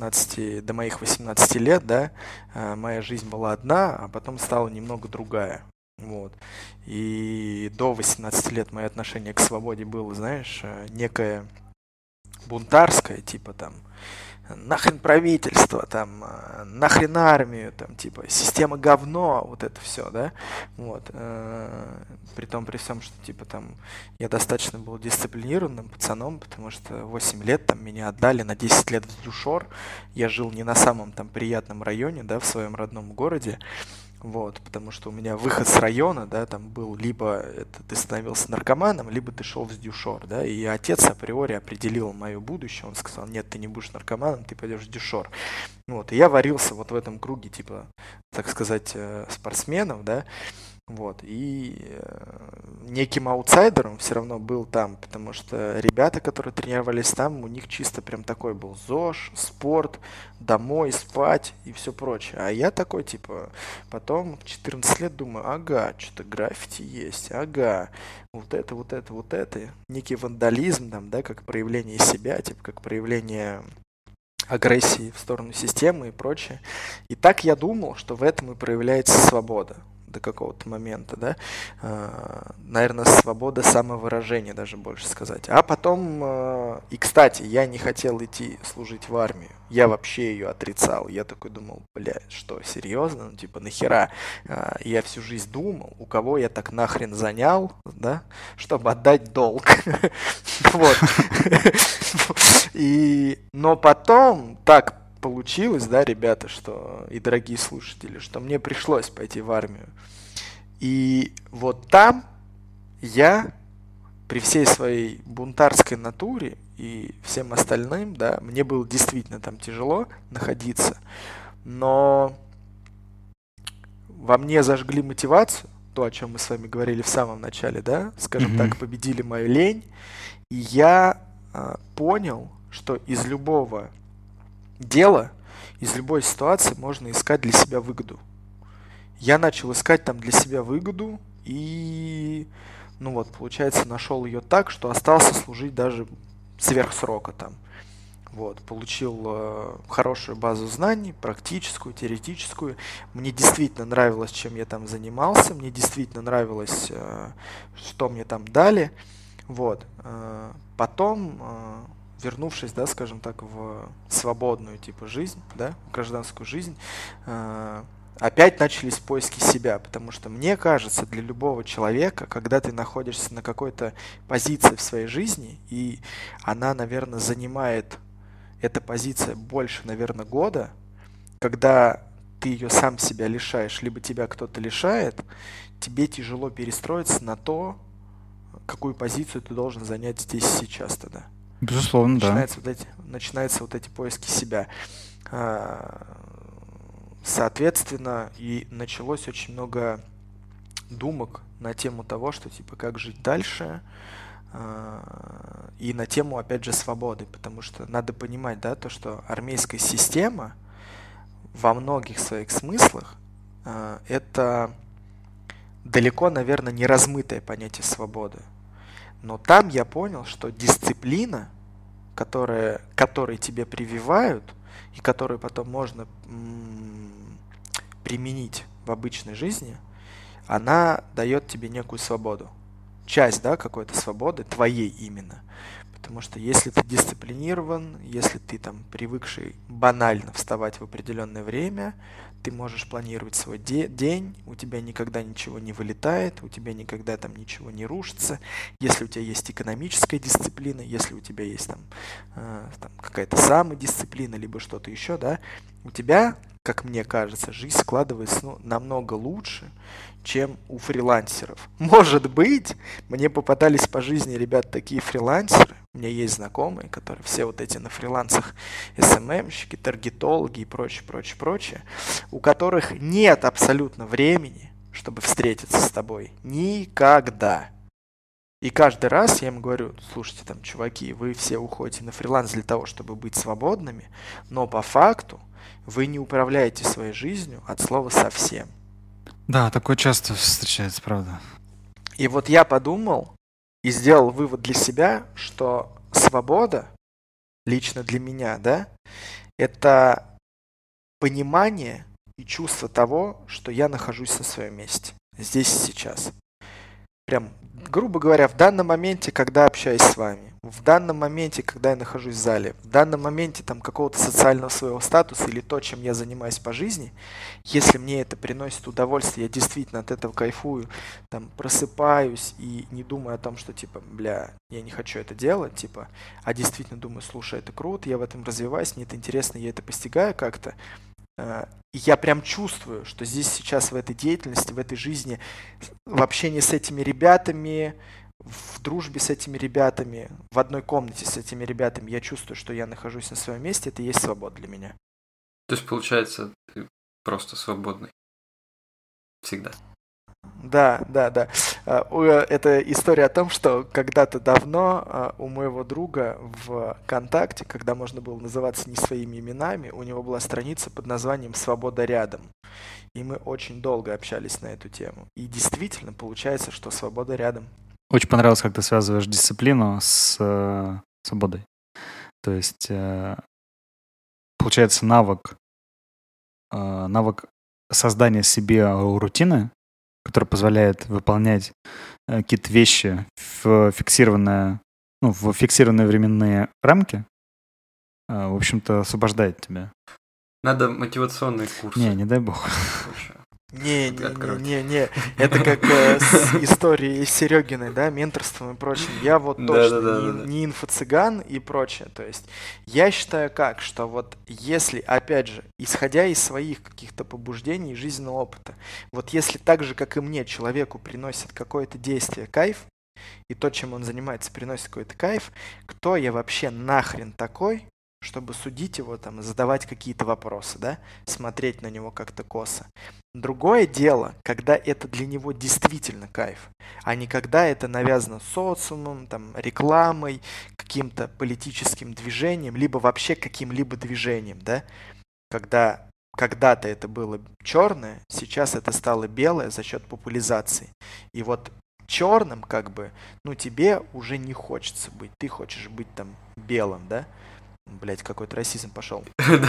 18 лет, да, моя жизнь была одна, а потом стала немного другая. Вот. И до 18 лет мое отношение к свободе было, знаешь, некое бунтарское, типа там нахрен правительство, там нахрен армию, там типа система говно, вот это все, да, вот, при всем, что типа там я достаточно был дисциплинированным пацаном, потому что 8 лет там меня отдали на 10 лет в Сдюшор, я жил не на самом там приятном районе, да, в своем родном городе. Вот, потому что у меня выход с района, да, там был либо ты становился наркоманом, либо ты шел в Сдюшор, да, и отец априори определил мое будущее, он сказал, нет, ты не будешь наркоманом, ты пойдешь в Сдюшор. Вот, и я варился вот в этом круге, типа, так сказать, спортсменов, да, вот, и неким аутсайдером все равно был там, потому что ребята, которые тренировались там, у них чисто прям такой был ЗОЖ, спорт, домой, спать и все прочее. А я такой, типа, потом в 14 лет думаю, ага, что-то граффити есть, ага, вот это. Некий вандализм там, да, как проявление себя, типа, как проявление агрессии в сторону системы и прочее. И так я думал, что в этом и проявляется свобода. до какого-то момента, да, наверное, свобода самовыражения даже больше сказать. А потом, и, кстати, я не хотел идти служить в армию, я вообще ее отрицал, я такой думал, блядь, что, серьезно, ну, типа, нахера, я всю жизнь думал, у кого я так нахрен занял, да, чтобы отдать долг, вот, но потом так получилось, да, ребята, что и дорогие слушатели, что мне пришлось пойти в армию. И вот там я при всей своей бунтарской натуре и всем остальным, да, мне было действительно там тяжело находиться, но во мне зажгли мотивацию, то, о чем мы с вами говорили в самом начале, да, скажем так, победили мою лень, и я понял, что из любого дела, из любой ситуации можно искать для себя выгоду. Я начал искать там для себя выгоду и, ну вот, получается, нашел ее так, что остался служить даже сверх срока там. Вот, получил хорошую базу знаний, практическую, теоретическую. Мне действительно нравилось, чем я там занимался, мне действительно нравилось, что мне там дали. Вот, потом вернувшись, да, скажем так, в свободную типа жизнь, да, в гражданскую жизнь, опять начались поиски себя, потому что мне кажется, для любого человека, когда ты находишься на какой-то позиции в своей жизни, и она, наверное, занимает эта позиция больше, наверное, года, когда ты ее сам себя лишаешь, либо тебя кто-то лишает, тебе тяжело перестроиться на то, какую позицию ты должен занять здесь и сейчас тогда. Безусловно, Начинаются вот эти поиски себя. Соответственно, и началось очень много думок на тему того, что типа как жить дальше, и на тему, опять же, свободы, потому что надо понимать, да, то, что армейская система во многих своих смыслах это далеко, наверное, не размытое понятие свободы. Но там я понял, что дисциплина, которой тебе прививают, и которую потом можно применить в обычной жизни, она дает тебе некую свободу. Часть, да, какой-то свободы, твоей именно. Потому что если ты дисциплинирован, если ты там привыкший банально вставать в определенное время, ты можешь планировать свой день, у тебя никогда ничего не вылетает, у тебя никогда там ничего не рушится. Если у тебя есть экономическая дисциплина, если у тебя есть там какая-то самодисциплина, либо что-то еще, да, у тебя, как мне кажется, жизнь складывается намного лучше, чем у фрилансеров. Может быть, мне попадались по жизни, ребят, такие фрилансеры, у меня есть знакомые, которые все вот эти на фрилансах СММщики, таргетологи и прочее, у которых нет абсолютно времени, чтобы встретиться с тобой. Никогда. И каждый раз я им говорю, слушайте, там, чуваки, вы все уходите на фриланс для того, чтобы быть свободными, но по факту вы не управляете своей жизнью от слова совсем. Да, такое часто встречается, правда. И вот я подумал и сделал вывод для себя, что свобода, лично для меня, да, это понимание и чувство того, что я нахожусь на своем месте, здесь и сейчас. Прям, грубо говоря, в данном моменте, когда общаюсь с вами, в данном моменте, когда я нахожусь в зале, в данном моменте там какого-то социального своего статуса или то, чем я занимаюсь по жизни, если мне это приносит удовольствие, я действительно от этого кайфую, там, просыпаюсь и не думаю о том, что, типа, бля, я не хочу это делать, типа, а действительно думаю, слушай, это круто, я в этом развиваюсь, мне это интересно, я это постигаю как-то, и я прям чувствую, что здесь сейчас в этой деятельности, в этой жизни, в общении с этими ребятами, в дружбе с этими ребятами, в одной комнате с этими ребятами, я чувствую, что я нахожусь на своем месте, это и есть свобода для меня. То есть, получается, ты просто свободный. Всегда. Да. Это история о том, что когда-то давно у моего друга в ВКонтакте, когда можно было называться не своими именами, у него была страница под названием «Свобода рядом». И мы очень долго общались на эту тему. И действительно получается, что свобода рядом. Очень понравилось, как ты связываешь дисциплину с свободой. То есть, получается, навык создания себе рутины, который позволяет выполнять какие-то вещи в фиксированные временные рамки, в общем-то, освобождает тебя. Надо мотивационные курсы. Не дай бог. Не. Это как с историей Серегиной, да, менторством и прочим. Я вот точно не инфо-цыган и прочее. То есть я считаю что вот если, опять же, исходя из своих каких-то побуждений и жизненного опыта, вот если так же, как и мне, человеку приносит какое-то действие кайф, и то, чем он занимается, приносит какой-то кайф, кто я вообще нахрен такой, чтобы судить его, там, задавать какие-то вопросы, да, смотреть на него как-то косо. Другое дело, когда это для него действительно кайф, а не когда это навязано социумом, там, рекламой, каким-то политическим движением, либо вообще каким-либо движением, да, когда когда-то это было черное, сейчас это стало белое за счет популяризации. И вот черным, как бы, тебе уже не хочется быть, ты хочешь быть там белым, да? Блять, какой-то расизм пошел.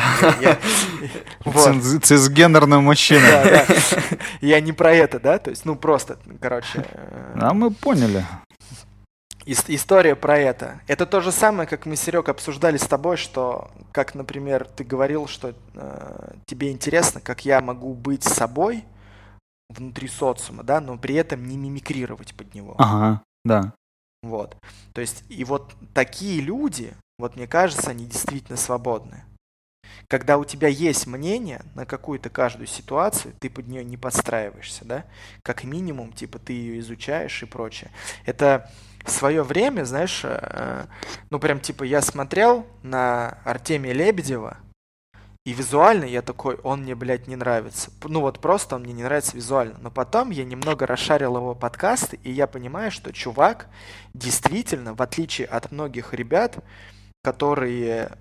Цисгендерный мужчина. Да. Я не про это, да? То есть, просто, короче... А мы поняли. История про это. Это то же самое, как мы, Серег, обсуждали с тобой, что, как, например, ты говорил, что тебе интересно, как я могу быть собой внутри социума, да, но при этом не мимикрировать под него. Ага, да. Вот. То есть, и вот такие люди, вот мне кажется, они действительно свободны. Когда у тебя есть мнение на какую-то каждую ситуацию, ты под нее не подстраиваешься, да? Как минимум, типа, ты ее изучаешь и прочее. Это в свое время, знаешь, прям, типа, я смотрел на Артемия Лебедева, и визуально я такой, он мне, блядь, не нравится. Просто он мне не нравится визуально. Но потом я немного расшарил его подкасты, и я понимаю, что чувак действительно, в отличие от многих ребят, которые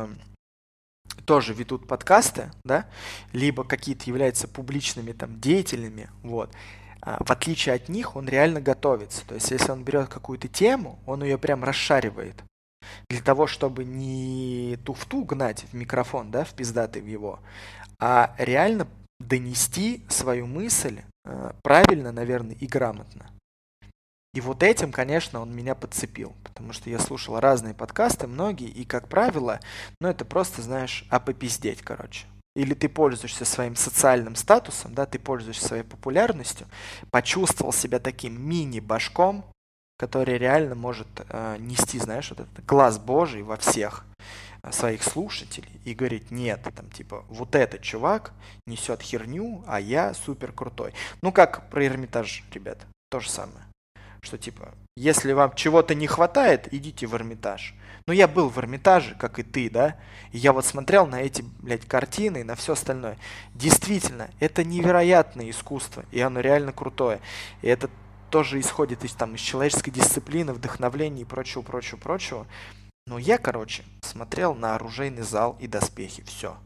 тоже ведут подкасты, да, либо какие-то являются публичными там деятелями, вот, в отличие от них он реально готовится. То есть если он берет какую-то тему, он ее прям расшаривает. Для того, чтобы не туфту гнать в микрофон, да, в пиздатый в его, а реально донести свою мысль правильно, наверное, и грамотно. И вот этим, конечно, он меня подцепил, потому что я слушал разные подкасты, многие, и, как правило, это просто, знаешь, попиздеть, короче. Или ты пользуешься своим социальным статусом, да, ты пользуешься своей популярностью, почувствовал себя таким мини-башком, который реально может нести, знаешь, вот этот глаз Божий во всех своих слушателей и говорить, нет, там, типа, вот этот чувак несет херню, а я супер крутой. Как про Эрмитаж, ребят, то же самое. Что, типа, если вам чего-то не хватает, идите в Эрмитаж. Я был в Эрмитаже, как и ты, да, и я вот смотрел на эти, блядь, картины и на все остальное. Действительно, это невероятное искусство, и оно реально крутое. И это тоже исходит из человеческой дисциплины, вдохновления и прочего. Но я, короче, смотрел на оружейный зал и доспехи, все.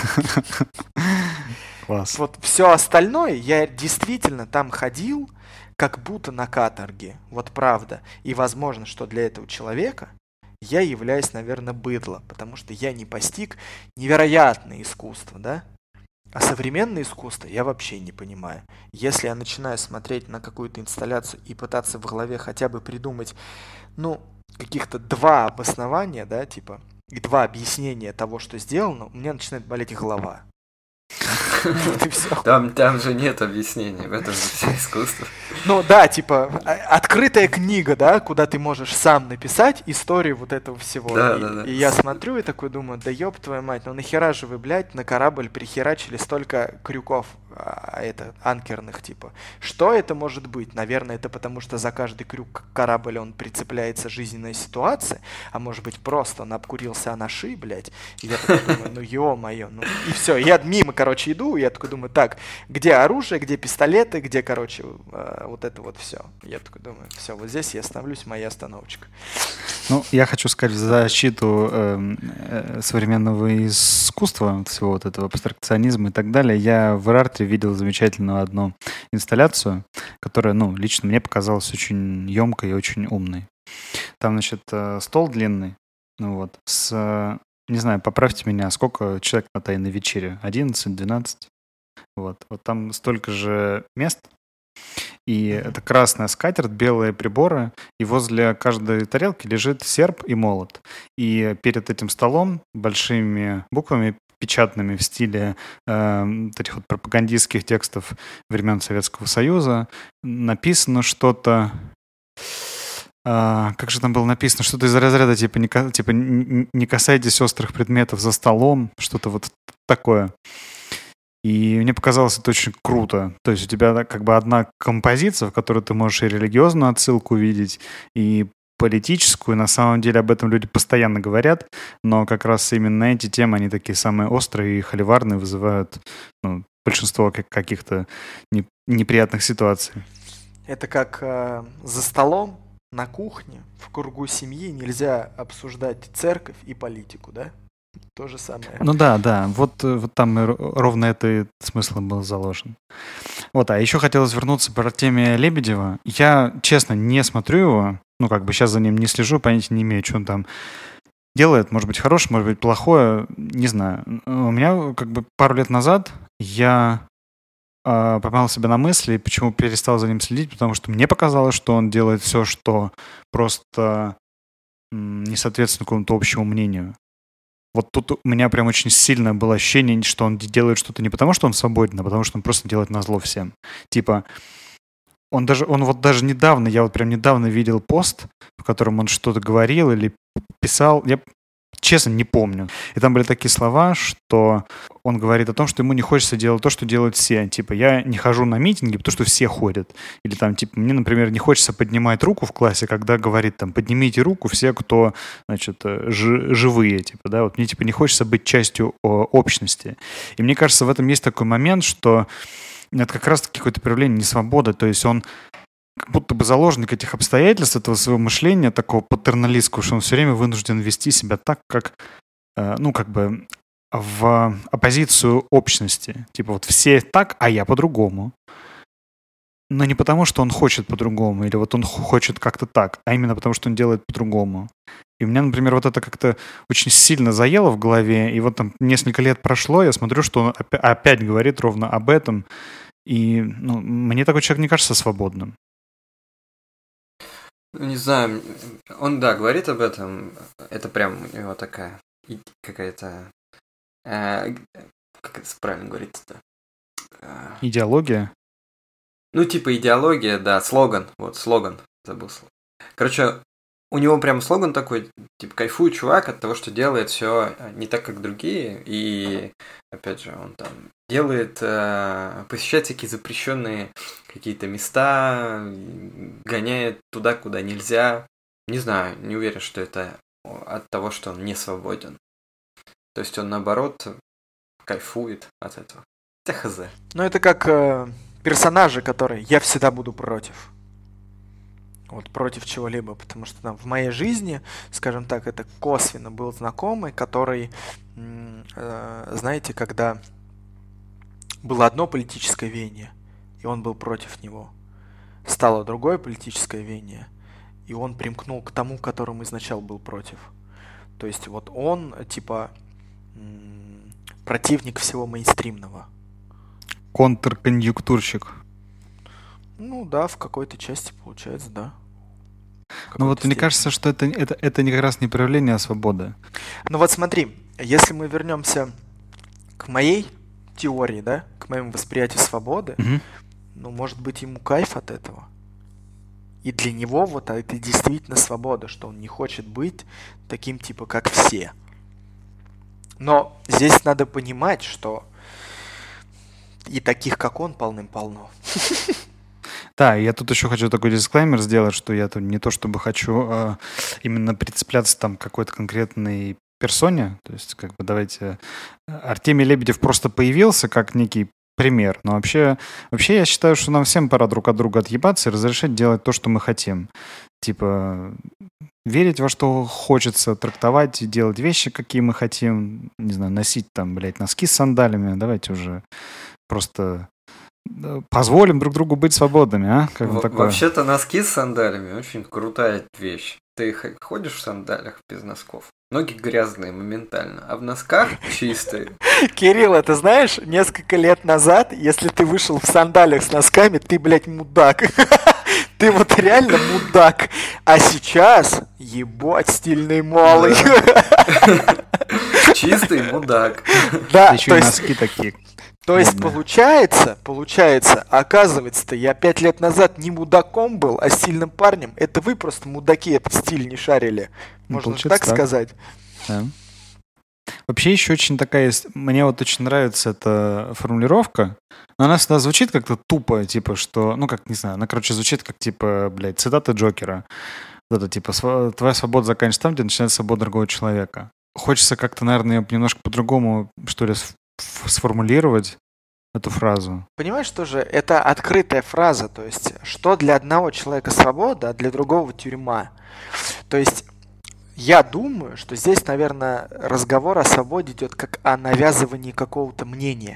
Класс. Вот все остальное, я действительно там ходил, как будто на каторге, вот правда. И возможно, что для этого человека я являюсь, наверное, быдло, потому что я не постиг невероятное искусство, да? А современное искусство я вообще не понимаю. Если я начинаю смотреть на какую-то инсталляцию и пытаться в голове хотя бы придумать, каких-то два обоснования, да, типа, и два объяснения того, что сделано, у меня начинает болеть голова. Там же нет объяснений, в этом же все искусство. Типа, открытая книга, да, куда ты можешь сам написать историю вот этого всего. Да. И я смотрю и такой думаю, да ёб твою мать, нахера же вы, блядь, на корабль прихерачили столько крюков анкерных, типа. Что это может быть? Наверное, это потому, что за каждый крюк корабля он прицепляется жизненная ситуация, а может быть, просто он обкурился анаши, блядь. И я такой думаю, ё-моё, и все. Я мимо, короче, иду, и я такой думаю, так, где оружие, где пистолеты, где, короче, вот это вот все. Я такой думаю, все, вот здесь я остановлюсь, моя остановочка. Я хочу сказать в защиту современного искусства, всего вот этого абстракционизма и так далее. Я в Эр-арте видел замечательную одну инсталляцию, которая, лично мне показалась очень емкой и очень умной. Там, значит, стол длинный, не знаю, поправьте меня, сколько человек на тайной вечере? 11, 12? Вот там столько же мест, И это красная скатерть, белые приборы, и возле каждой тарелки лежит серп и молот. И перед этим столом большими буквами печатными в стиле этих вот пропагандистских текстов времен Советского Союза написано что-то. Как же там было написано? Что-то из разряда типа не касайтесь острых предметов за столом, что-то вот такое. И мне показалось это очень круто. То есть у тебя как бы одна композиция, в которой ты можешь и религиозную отсылку увидеть, и политическую. На самом деле об этом люди постоянно говорят, но как раз именно эти темы, они такие самые острые и холиварные, вызывают большинство каких-то неприятных ситуаций. Это как за столом на кухне в кругу семьи нельзя обсуждать церковь и политику, да? То же самое. Ну да. Вот там ровно это смысл был заложен. Вот, а еще хотелось вернуться по теме Лебедева. Я, честно, не смотрю его. Как бы сейчас за ним не слежу, понятия не имею, что он там делает. Может быть, хорошее, может быть, плохое. Не знаю. У меня как бы пару лет назад я поймал себя на мысли, почему перестал за ним следить, потому что мне показалось, что он делает все, что просто не соответствует какому-то общему мнению. Вот тут у меня прям очень сильное было ощущение, что он делает что-то не потому, что он свободен, а потому, что он просто делает назло всем. Типа, он вот даже недавно, я вот прям недавно видел пост, в котором он что-то говорил или писал, я честно не помню. И там были такие слова, что он говорит о том, что ему не хочется делать то, что делают все. Типа, я не хожу на митинги, потому что все ходят. Или там, типа, мне, например, не хочется поднимать руку в классе, когда говорит, там, поднимите руку все, кто, значит, живые, типа, да. Вот мне, типа, не хочется быть частью общности. И мне кажется, в этом есть такой момент, что это как раз-таки какое-то проявление несвободы. То есть он как будто бы заложник этих обстоятельств, этого своего мышления, такого патерналистского, что он все время вынужден вести себя так, как, как бы в оппозицию общности. Типа вот все так, а я по-другому. Но не потому, что он хочет по-другому, или вот он хочет как-то так, а именно потому, что он делает по-другому. И у меня, например, вот это как-то очень сильно заело в голове, и вот там несколько лет прошло, я смотрю, что он опять говорит ровно об этом, и мне такой человек не кажется свободным. Не знаю, он, да, говорит об этом, это прям у него такая какая-то, как это правильно говорится-то? Идеология? Типа идеология, да, слоган, забыл слово. Короче, у него прям слоган такой, типа, кайфует чувак от того, что делает все не так, как другие, и, опять же, он там делает, посещает всякие запрещенные какие-то места, гоняет туда, куда нельзя. Не знаю, не уверен, что это от того, что он не свободен. То есть он, наоборот, кайфует от этого. хз. Это как персонажи, которые «я всегда буду против». Вот против чего-либо, потому что там в моей жизни, скажем так, это косвенно был знакомый, который, знаете, когда было одно политическое веяние, и он был против него, стало другое политическое веяние, и он примкнул к тому, которому изначально был против. То есть вот он, типа, противник всего мейнстримного. Контрконъюнктурщик. Да, в какой-то части получается, да. Мне кажется, что это как раз не проявление свободы. Вот смотри, если мы вернемся к моей теории, да, к моему восприятию свободы, может быть, ему кайф от этого. И для него вот это действительно свобода, что он не хочет быть таким, типа, как все. Но здесь надо понимать, что и таких, как он, полным-полно. Да, я тут еще хочу такой дисклеймер сделать, что я тут не то чтобы хочу именно прицепляться там к какой-то конкретной персоне. То есть, как бы, давайте... Артемий Лебедев просто появился как некий пример. Но вообще я считаю, что нам всем пора друг от друга отъебаться и разрешить делать то, что мы хотим. Типа, верить во что хочется, трактовать и делать вещи, какие мы хотим. Не знаю, носить там, носки с сандалиями. Давайте уже просто... позволим друг другу быть свободными, а? Вообще-то носки с сандалями очень крутая вещь. ты ходишь в сандалиях без носков, ноги грязные моментально, а в носках чистые. Кирилл, это знаешь, несколько лет назад, если ты вышел в сандалиях с носками, ты, блядь, мудак. Ты вот реально мудак. А сейчас, ебать, стильный малый. Чистый мудак. Да, Еще и носки такие. То есть, получается, оказывается-то я 5 лет назад не мудаком был, а стильным парнем. Это вы просто мудаки этот стиль не шарили. Можно же так сказать. Да. Вообще еще очень такая есть... Мне вот очень нравится эта формулировка. Но она всегда звучит как-то тупо, типа, что... Ну, как, не знаю, она, короче, звучит как, типа, блядь, цитата Джокера. Вот это, типа, твоя свобода заканчивается там, где начинается свобода другого человека. Хочется как-то, наверное, немножко по-другому, что ли, сформулировать эту фразу. Понимаешь, тоже это открытая фраза, то есть, что для одного человека свобода, а для другого тюрьма. То есть, я думаю, что здесь, наверное, разговор о свободе идет как о навязывании какого-то мнения.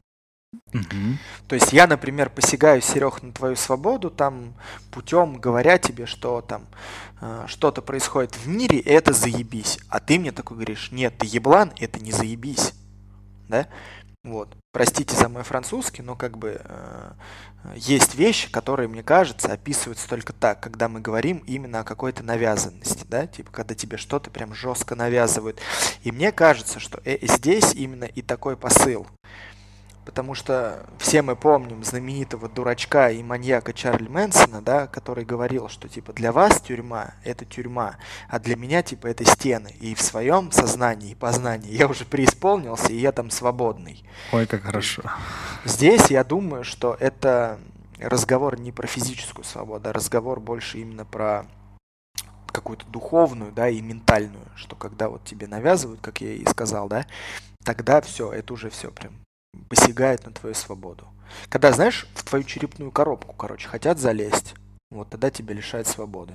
То есть я, например, посягаю, Серег, на твою свободу, там, путем говоря тебе, что там что-то происходит в мире, и это заебись. А ты мне такой говоришь, нет, ты еблан, это не заебись. Да? Вот. Простите за мой французский, но как бы есть вещи, которые, мне кажется, описываются только так, когда мы говорим именно о какой-то навязанности, да, типа, когда тебе что-то прям жестко навязывают. И мне кажется, что здесь именно и такой посыл. Потому что все мы помним знаменитого дурачка и маньяка Чарли Мэнсона, да, который говорил, что типа для вас тюрьма – это тюрьма, а для меня типа это стены. И в своем сознании и познании я уже преисполнился, и я там свободный. Ой, как хорошо. Здесь я думаю, что это разговор не про физическую свободу, а разговор больше именно про какую-то духовную, да, и ментальную, что когда вот тебе навязывают, как я и сказал, да, тогда все, это уже все прям посягает на твою свободу. Когда, знаешь, в твою черепную коробку, короче, хотят залезть, вот тогда тебя лишают свободы.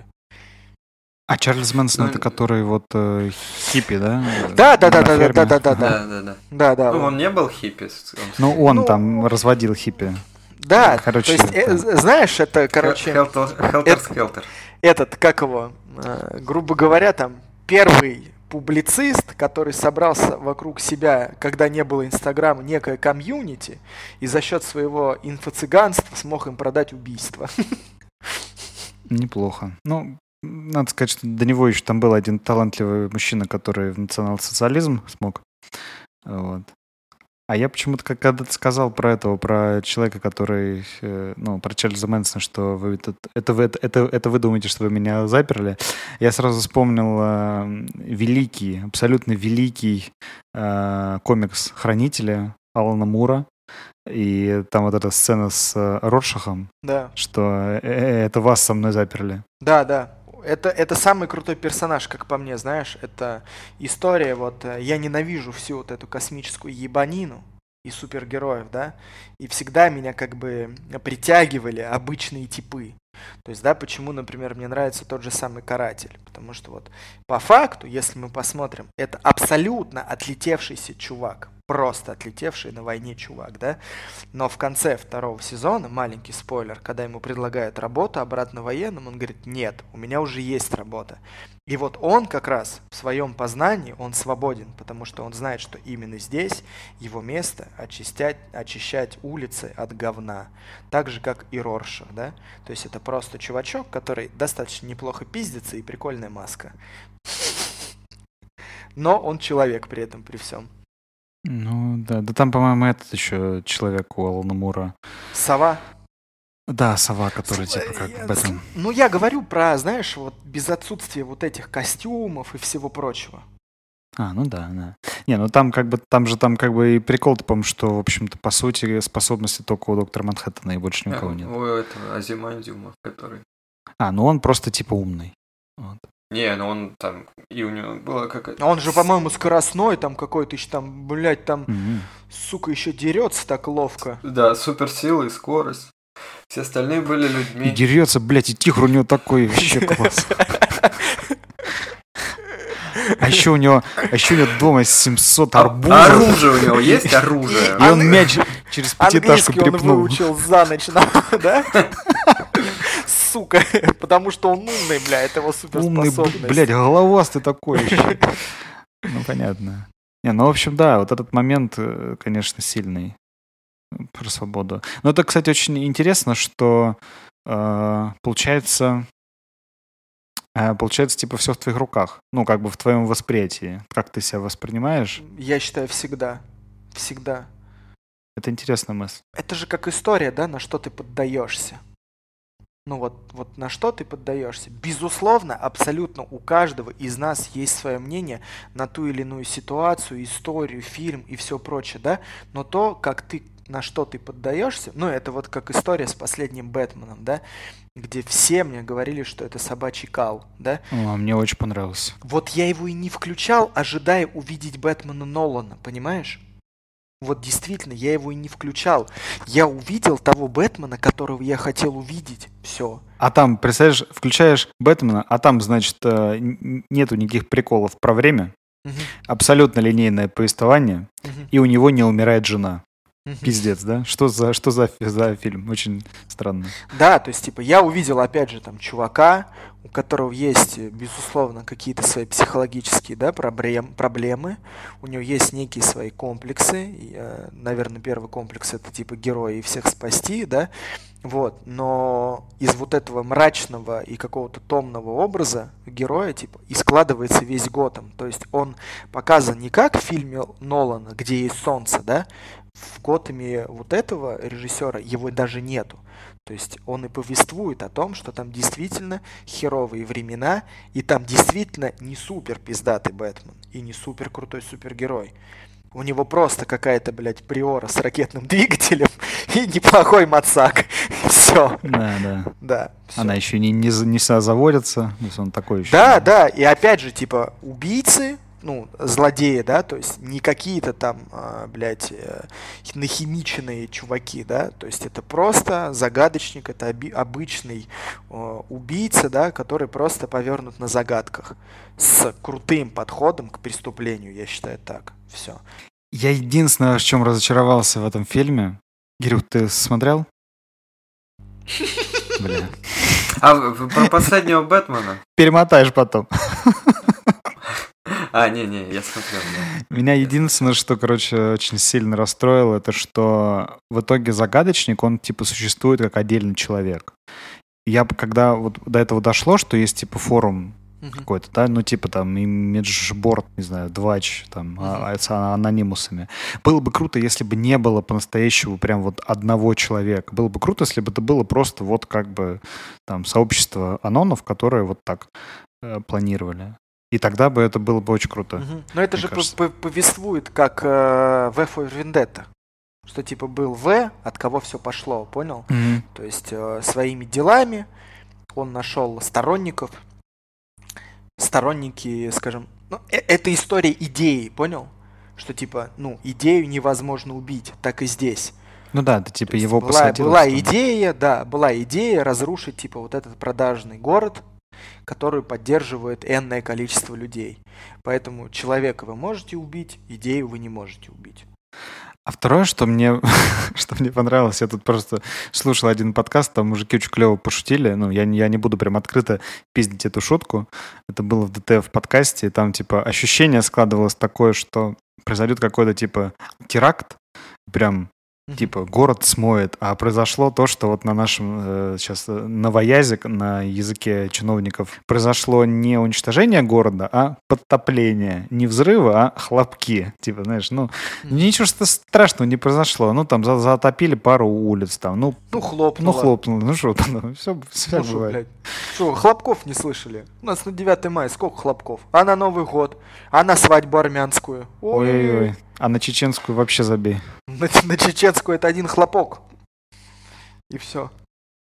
А Чарльз Мэнсон это который вот хиппи, да? Да. Ну, он не был хиппи. Ну, он там разводил хиппи. Да, короче, то есть, знаешь, это, короче... Хелтер-скелтер. Этот, как его, грубо говоря, там, первый публицист, который собрался вокруг себя, когда не было Инстаграма, некое комьюнити, и за счет своего инфо-цыганства смог им продать убийство. Неплохо. Ну, надо сказать, что до него еще там был один талантливый мужчина, который в национал-социализм смог. Вот. А я почему-то, когда ты сказал про человека, который, про Чарльза Мэнсона, что это вы думаете, что вы меня заперли, я сразу вспомнил абсолютно великий комикс «Хранители» Алана Мура. И там вот эта сцена с Роршахом, да. Что это вас со мной заперли. Да. Это самый крутой персонаж, как по мне, знаешь. Это история, вот, я ненавижу всю вот эту космическую ебанину и супергероев, да, и всегда меня как бы притягивали обычные типы. То есть, да, почему, например, мне нравится тот же самый Каратель. Потому что вот по факту, если мы посмотрим, это абсолютно отлетевшийся чувак. Просто отлетевший на войне чувак, да. Но в конце второго сезона, маленький спойлер, когда ему предлагают работу обратно военным, он говорит, нет, у меня уже есть работа. И вот он как раз в своем познании, он свободен, потому что он знает, что именно здесь его место очищать улицы от говна. Так же, как и Роршах, да. То есть это просто чувачок, который достаточно неплохо пиздится и прикольная маска. Но он человек при этом, при всем. Ну, да. Да там, по-моему, этот еще человек у Алана Мура. Сова? Да, сова, которая типа как об этом. Ну, я говорю про, знаешь, вот без отсутствия вот этих костюмов и всего прочего. Ну да. Не, ну там как бы и прикол-то, по-моему, что, в общем-то, по сути, способности только у доктора Манхэттена и больше ни у кого нет. У этого Азимандиума, который... Ну он просто типа умный. Вот. Не, ну он там, и у него было какая-то... Он же, по-моему, скоростной, там какой-то еще там, блядь, там, сука, еще дерется так ловко. Да, суперсила и скорость. Все остальные были людьми. И дерется, блядь, и тигр у него такой вообще класс. А еще у него дома 700 арбузов. Оружие у него есть, оружие. И он мяч через пятиэтажку перепнул. Английский он выучил за ночь, да? сука, потому что он умный, бля, это его суперспособность. Умный, блядь, головастый такой еще. Ну, понятно. Не, ну, в общем, да, вот этот момент, конечно, сильный про свободу. Но это, кстати, очень интересно, что получается, типа, все в твоих руках. Ну, как бы в твоем восприятии. Как ты себя воспринимаешь? Я считаю, всегда. Всегда. Это интересная мысль. Это же как история, да, на что ты поддаешься. Ну вот на что ты поддаешься. Безусловно, абсолютно у каждого из нас есть свое мнение на ту или иную ситуацию, историю, фильм и все прочее, да. Но то, как ты, на что ты поддаешься, ну это вот как история с последним Бэтменом, да, где все мне говорили, что это собачий кал, да. Мне очень понравился. Вот я его и не включал, ожидая увидеть Бэтмена Нолана, понимаешь? Вот действительно, я его и не включал. Я увидел того Бэтмена, которого я хотел увидеть. Все. А там, представляешь, включаешь Бэтмена, а там, значит, нету никаких приколов про время. Абсолютно линейное повествование. И у него не умирает жена. Пиздец, да? Что за фильм? Очень странно. Да, то есть, типа, я увидел, опять же, там, чувака, у которого есть, безусловно, какие-то свои психологические, да, проблемы. У него есть некие свои комплексы. Наверное, первый комплекс — это, типа, героя и всех спасти, да? Вот. Но из вот этого мрачного и какого-то томного образа героя, типа, и складывается весь Готэм. То есть он показан не как в фильме Нолана, где есть солнце, да? В Готэме вот этого режиссера его даже нету. То есть он и повествует о том, что там действительно херовые времена, и там действительно не супер пиздатый Бэтмен, и не супер крутой супергерой. У него просто какая-то, блядь, приора с ракетным двигателем и неплохой мацак. Все. Да. Всё. Она еще не заводится, то есть он такой еще. Да, и опять же, типа, убийцы, ну, злодеи, да, то есть не какие-то там, блядь, нахимиченные чуваки, да, то есть это просто загадочник, это обычный убийца, да, который просто повернут на загадках с крутым подходом к преступлению, я считаю так, все. Я единственное, в чем разочаровался в этом фильме. Гирюк, ты смотрел? Бля. А про последнего Бэтмена? Перемотаешь потом. Не, я смотрел. Да. Меня единственное, что, короче, очень сильно расстроило, это что в итоге загадочник, он, типа, существует как отдельный человек. Я, когда вот до этого дошло, что есть, типа, форум какой-то, да, ну, типа, там, имиджборд, не знаю, двач, там, с анонимусами. Было бы круто, если бы не было по-настоящему прям вот одного человека. Было бы круто, если бы это было просто вот как бы, там, сообщество анонов, которые вот так планировали. И тогда бы это было бы очень круто. Но это же повествует, как V for Vendetta. Что типа был В, от кого все пошло, понял? То есть своими делами он нашел сторонников. Сторонники, скажем... Ну, это история идеи, понял? Что типа, ну, идею невозможно убить, так и здесь. Ну да, это типа его посадил. Была идея разрушить типа вот этот продажный город, который поддерживает энное количество людей. Поэтому человека вы можете убить, идею вы не можете убить. А второе, что мне понравилось, я тут просто слушал один подкаст, там мужики очень клево пошутили, ну, я не буду прям открыто пиздить эту шутку, это было в ДТФ подкасте, и там, типа, ощущение складывалось такое, что произойдет какой-то, типа, теракт, прям, типа, город смоет, а произошло то, что вот на нашем сейчас новоязик, на языке чиновников, произошло не уничтожение города, а подтопление. Не взрывы, а хлопки. Типа, знаешь, ну, ничего страшного не произошло. Ну, там затопили пару улиц, там, ну хлопнуло. Ну, что там, все бывает. Блядь. Что, хлопков не слышали? У нас на 9 мая сколько хлопков? А на Новый год? А на свадьбу армянскую? Ой-ой-ой. А на чеченскую вообще забей. На чеченскую это один хлопок. И все.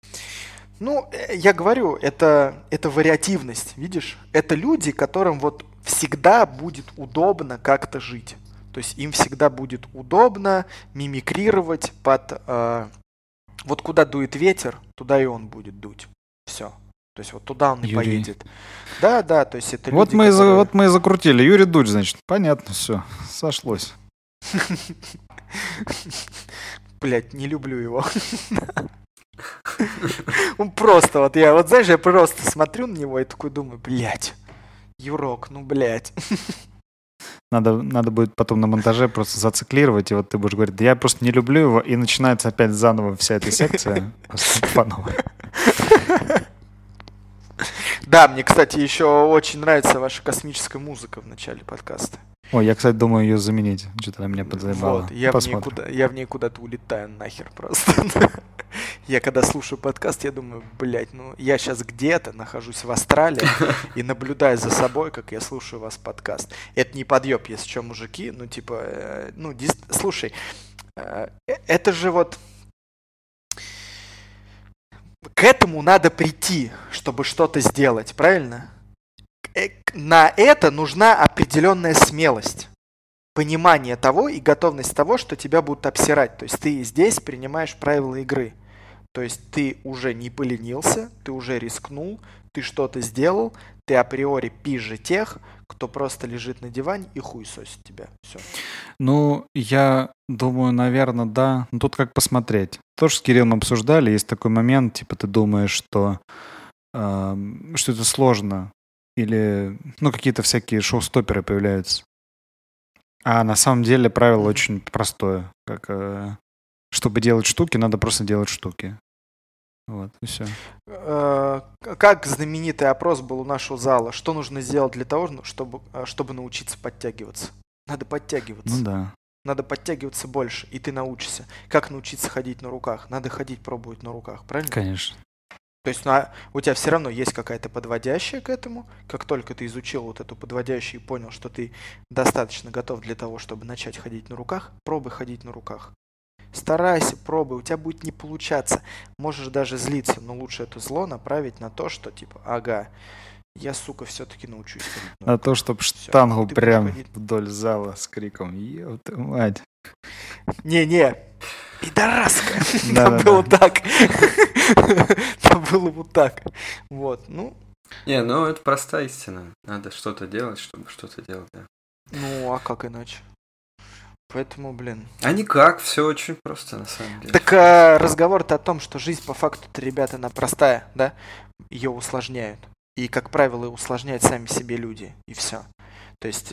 Ну, я говорю, это вариативность, видишь? Это люди, которым вот всегда будет удобно как-то жить. То есть им всегда будет удобно мимикрировать под... вот куда дует ветер, туда и он будет дуть. Все. То есть вот туда он и поедет. Да, то есть это вот люди, вот мы и закрутили. Юрий Дудь, значит. Понятно, все. Сошлось. Блять, не люблю его. Он просто, вот я, вот знаешь, я просто смотрю на него и такой думаю, блядь, Юрок, ну блядь. Надо будет потом на монтаже просто зациклировать, и вот ты будешь говорить, да я просто не люблю его, и начинается опять заново вся эта секция. Просто по новой. Да, мне, кстати, еще очень нравится ваша космическая музыка в начале подкаста. Ой, я, кстати, думаю ее заменить. Что-то она меня подзаебала. Вот, я в ней куда-то улетаю нахер просто. Я когда слушаю подкаст, я думаю, блядь, ну я сейчас где-то нахожусь в Австралии и наблюдаю за собой, как я слушаю вас подкаст. Это не подъеб, если что, мужики, ну типа, слушай, это же вот к этому надо прийти, чтобы что-то сделать, правильно? На это нужна определенная смелость, понимание того и готовность того, что тебя будут обсирать. То есть ты здесь принимаешь правила игры. То есть ты уже не поленился, ты уже рискнул, ты что-то сделал, ты априори пизже тех, кто просто лежит на диване и хуй сосит тебя. Все. Ну, я думаю, наверное, да. Ну, тут как посмотреть. Тоже с Кириллом обсуждали, есть такой момент, типа ты думаешь, что это сложно, или, ну, какие-то всякие шоу-стопперы появляются. А на самом деле правило очень простое. Чтобы делать штуки, надо просто делать штуки. Вот, и все. Как знаменитый опрос был у нашего зала? Что нужно сделать для того, чтобы научиться подтягиваться? Надо подтягиваться. Ну да. Надо подтягиваться больше, и ты научишься. Как научиться ходить на руках? Надо ходить, пробовать на руках, правильно? Конечно. То есть у тебя все равно есть какая-то подводящая к этому. Как только ты изучил вот эту подводящую и понял, что ты достаточно готов для того, чтобы начать ходить на руках, пробуй ходить на руках. Старайся, пробуй, у тебя будет не получаться. Можешь даже злиться, но лучше это зло направить на то, что типа, ага, я, сука, все-таки научусь ходить на руках. На то, чтобы штангу прям вдоль зала с криком «Ё ты мать!». Не-не, пидораска. Там было так. Там было вот так. Вот, ну. Не, ну это простая истина. Надо что-то делать, чтобы что-то делать, да. Ну, а как иначе? Поэтому, блин. А никак, все очень просто на самом деле. Так разговор-то о том, что жизнь по факту-то, ребята, она простая, да? Ее усложняют. И, как правило, усложняют сами себе люди. И все. То есть,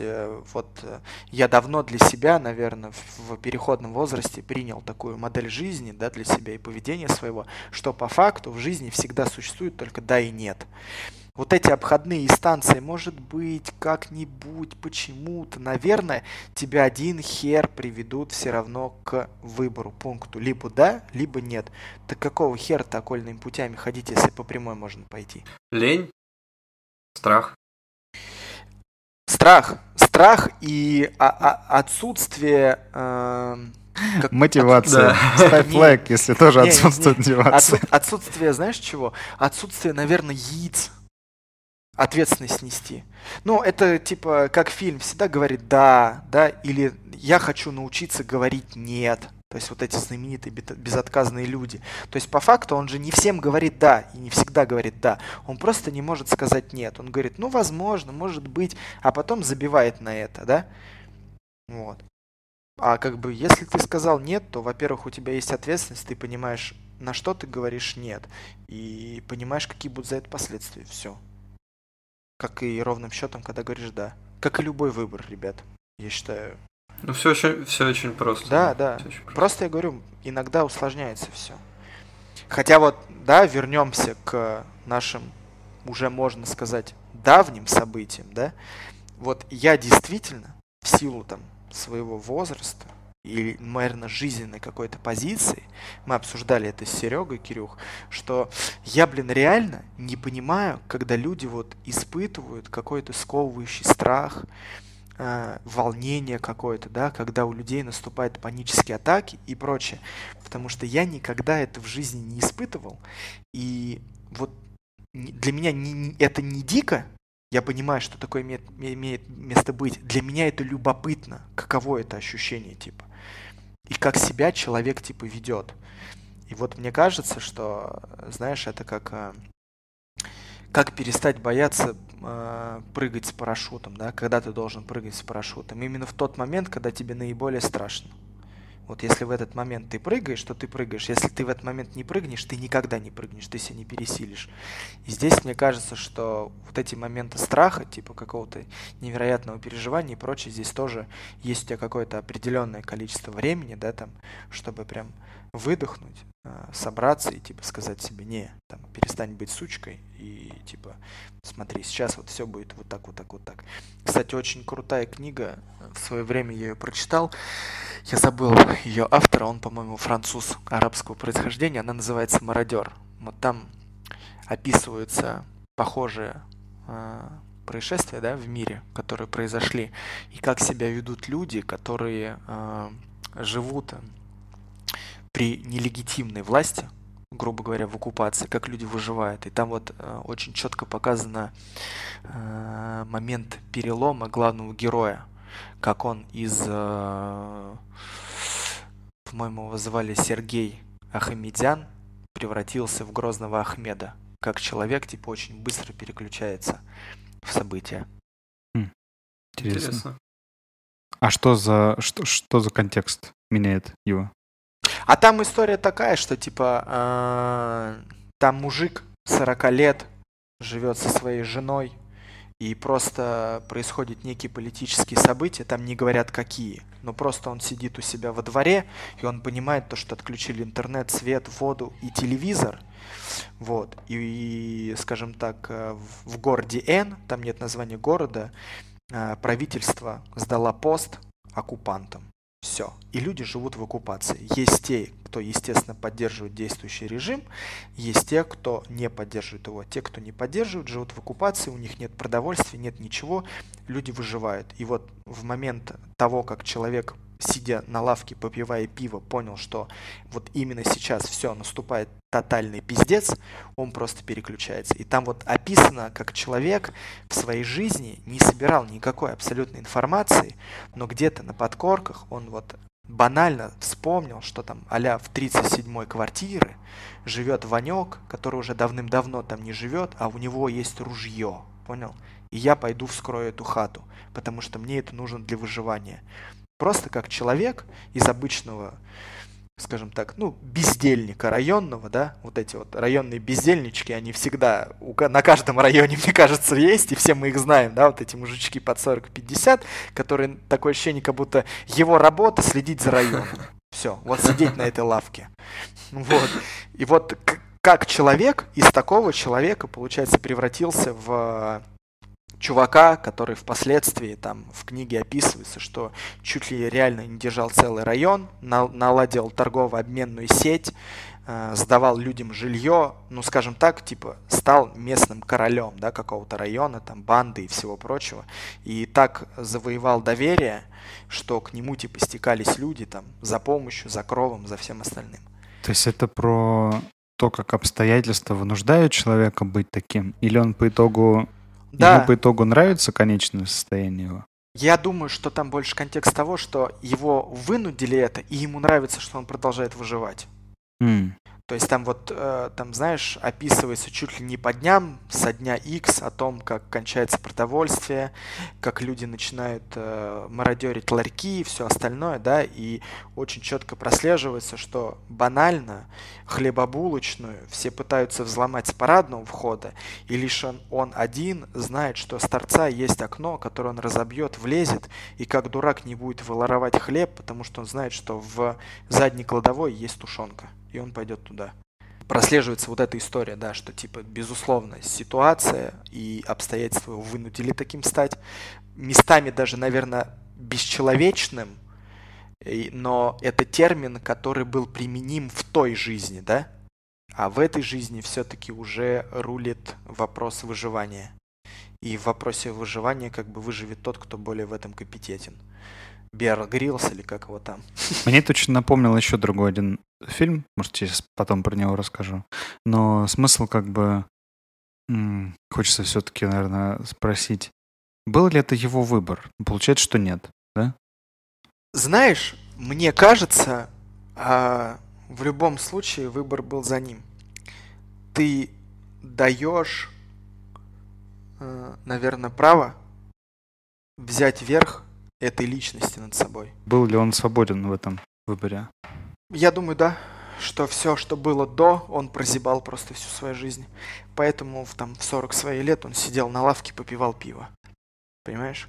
я давно для себя, наверное, в переходном возрасте принял такую модель жизни, да, для себя и поведения своего, что по факту в жизни всегда существует только да и нет. Вот эти обходные инстанции, может быть, как-нибудь, почему-то, наверное, тебя один хер приведут все равно к выбору, пункту. Либо да, либо нет. Так какого хера-то окольными путями ходить, если по прямой можно пойти? Лень, страх. Страх и отсутствие... Мотивация. Ставь лайк, если тоже отсутствует мотивация. Отсутствие, знаешь чего? Отсутствие, наверное, яиц. Ответственность нести. Ну, это типа, как фильм всегда говорит «да», да, или «я хочу научиться говорить нет». То есть вот эти знаменитые безотказные люди. То есть по факту он же не всем говорит «да» и не всегда говорит «да». Он просто не может сказать «нет». Он говорит «ну, возможно, может быть», а потом забивает на это, да? Вот. А как бы, если ты сказал «нет», то, во-первых, у тебя есть ответственность, ты понимаешь, на что ты говоришь «нет», и понимаешь, какие будут за это последствия. Все. Как и ровным счетом, когда говоришь «да». Как и любой выбор, ребят, я считаю. Ну, все очень просто. Да. Просто я говорю, иногда усложняется все. Хотя вот, да, вернемся к нашим, уже можно сказать, давним событиям, да. Вот я действительно, в силу там своего возраста или, наверное, жизненной какой-то позиции, мы обсуждали это с Серегой, Кирюх, что я, реально не понимаю, когда люди вот испытывают какой-то сковывающий страх, волнение какое-то, да, когда у людей наступают панические атаки и прочее, потому что я никогда это в жизни не испытывал, и вот для меня это не дико, я понимаю, что такое имеет место быть, для меня это любопытно, каково это ощущение, типа, и как себя человек, типа, ведет. И вот мне кажется, что, знаешь, это как перестать бояться прыгать с парашютом, да, когда ты должен прыгать с парашютом. Именно в тот момент, когда тебе наиболее страшно. Вот если в этот момент ты прыгаешь, то ты прыгаешь. Если ты в этот момент не прыгнешь, ты никогда не прыгнешь, ты себя не пересилишь. И здесь мне кажется, что вот эти моменты страха, типа какого-то невероятного переживания и прочее, здесь тоже есть у тебя какое-то определенное количество времени, да, там, чтобы прям выдохнуть, собраться и типа сказать себе: не, там, перестань быть сучкой и типа смотри, сейчас вот все будет вот так, вот так, вот так. Кстати, очень крутая книга, в свое время я ее прочитал, я забыл ее автора, он, по-моему, француз арабского происхождения, она называется «Мародер». Вот там описываются похожие происшествия, да, в мире, которые произошли, и как себя ведут люди, которые живут при нелегитимной власти, грубо говоря, в оккупации, как люди выживают. И там вот очень четко показано момент перелома главного героя, как он из, по-моему, его звали Сергей Ахмедян, превратился в грозного Ахмеда. Как человек, типа, очень быстро переключается в события. Интересно. А что за контекст меняет его? А там история такая, что типа там мужик 40 лет живет со своей женой, и просто происходят некие политические события, там не говорят какие, но просто он сидит у себя во дворе, и он понимает то, что отключили интернет, свет, воду и телевизор. Вот. И скажем так, в городе Н, там нет названия города, правительство сдало пост оккупантам. Все. И люди живут в оккупации. Есть те, кто, естественно, поддерживает действующий режим, есть те, кто не поддерживает его. Те, кто не поддерживает, живут в оккупации, у них нет продовольствия, нет ничего, люди выживают. И вот в момент того, как человек, сидя на лавке, попивая пиво, понял, что вот именно сейчас все, наступает тотальный пиздец, он просто переключается. И там вот описано, как человек в своей жизни не собирал никакой абсолютной информации, но где-то на подкорках он вот банально вспомнил, что там а-ля в 37-й квартире живет Ванек, который уже давным-давно там не живет, а у него есть ружье, понял? И я пойду вскрою эту хату, потому что мне это нужно для выживания. Просто как человек из обычного, скажем так, ну, бездельника районного, да, вот эти вот районные бездельнички, они всегда на каждом районе, мне кажется, есть, и все мы их знаем, да, вот эти мужички под 40-50, которые, такое ощущение, как будто его работа следить за районом. Все, вот сидеть на этой лавке. Вот. И вот как человек из такого человека, получается, превратился в чувака, который впоследствии там в книге описывается, что чуть ли реально не держал целый район, наладил торгово-обменную сеть, сдавал людям жилье, ну, скажем так, типа, стал местным королем, да, какого-то района, там, банды и всего прочего, и так завоевал доверие, что к нему, типа, стекались люди, там, за помощью, за кровом, за всем остальным. То есть это про то, как обстоятельства вынуждают человека быть таким, или он по итогу... Да. Ему по итогу нравится конечное состояние его? Я думаю, что там больше контекст того, что его вынудили это, и ему нравится, что он продолжает выживать. То есть там вот, там, знаешь, описывается чуть ли не по дням, со дня X, о том, как кончается продовольствие, как люди начинают мародерить ларьки и все остальное, да, и очень четко прослеживается, что банально хлебобулочную все пытаются взломать с парадного входа, и лишь он один знает, что с торца есть окно, которое он разобьет, влезет, и как дурак не будет воровать хлеб, потому что он знает, что в задней кладовой есть тушенка. И он пойдет туда. Прослеживается вот эта история, да, что типа, безусловно, ситуация и обстоятельства его вынудили таким стать. Местами даже, наверное, бесчеловечным, но это термин, который был применим в той жизни, да? А в этой жизни все-таки уже рулит вопрос выживания. И в вопросе выживания как бы выживет тот, кто более в этом компетентен. Беар Гриллс или как его там. Мне это очень напомнил еще другой один фильм, может, сейчас потом про него расскажу. Но смысл как бы... Хочется все-таки, наверное, спросить, был ли это его выбор? Получается, что нет, да? Знаешь, мне кажется, в любом случае выбор был за ним. Ты даешь, наверное, право взять верх этой личности над собой. Был ли он свободен в этом? выборе? Я думаю, да, что все, что было до, он прозябал просто всю свою жизнь. Поэтому в 40 своих лет он сидел на лавке, попивал пиво. Понимаешь?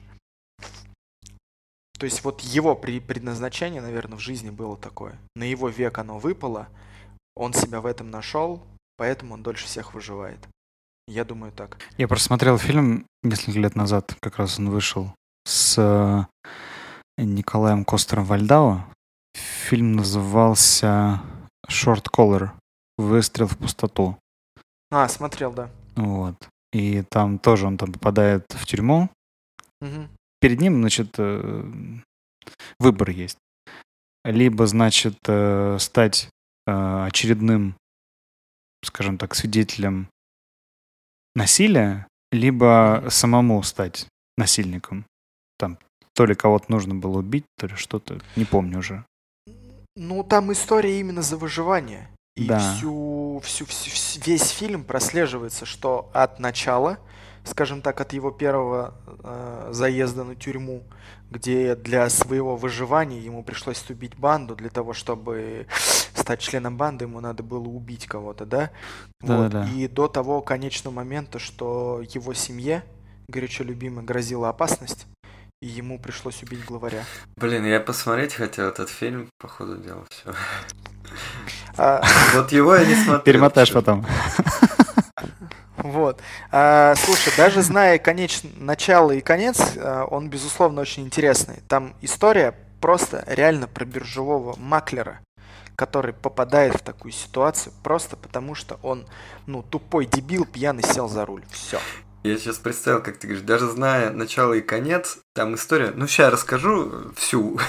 То есть вот его предназначение, наверное, в жизни было такое. На его век оно выпало, он себя в этом нашел, поэтому он дольше всех выживает. Я думаю так. Я просто смотрел фильм несколько лет назад, как раз он вышел, с Николаем Костером-Вальдау. Фильм назывался «Short Caller», «Выстрел в пустоту». Смотрел, да. Вот. И там тоже он там попадает в тюрьму. Угу. Перед ним, значит, выбор есть. Либо, значит, стать очередным, скажем так, свидетелем насилия, либо самому стать насильником. Там то ли кого-то нужно было убить, то ли что-то, не помню уже. Ну, там история именно за выживание. И Да. весь фильм прослеживается, что от начала, скажем так, от его первого заезда на тюрьму, где для своего выживания ему пришлось вступить в банду, для того, чтобы стать членом банды, ему надо было убить кого-то, да? Вот. Да-да-да. И до того конечного момента, что его семье, горячо любимой, грозила опасность, и ему пришлось убить главаря. Блин, я посмотреть хотел этот фильм, по ходу дела, все. А, Вот его я не смотрел. Перемотаешь потом. Вот. Слушай, даже зная начало и конец, он, безусловно, очень интересный. Там история просто реально про биржевого маклера, который попадает в такую ситуацию просто потому, что он, тупой дебил, пьяный сел за руль. Все. Я сейчас представил, как ты говоришь, даже зная начало и конец, там история. Ну, сейчас расскажу всю.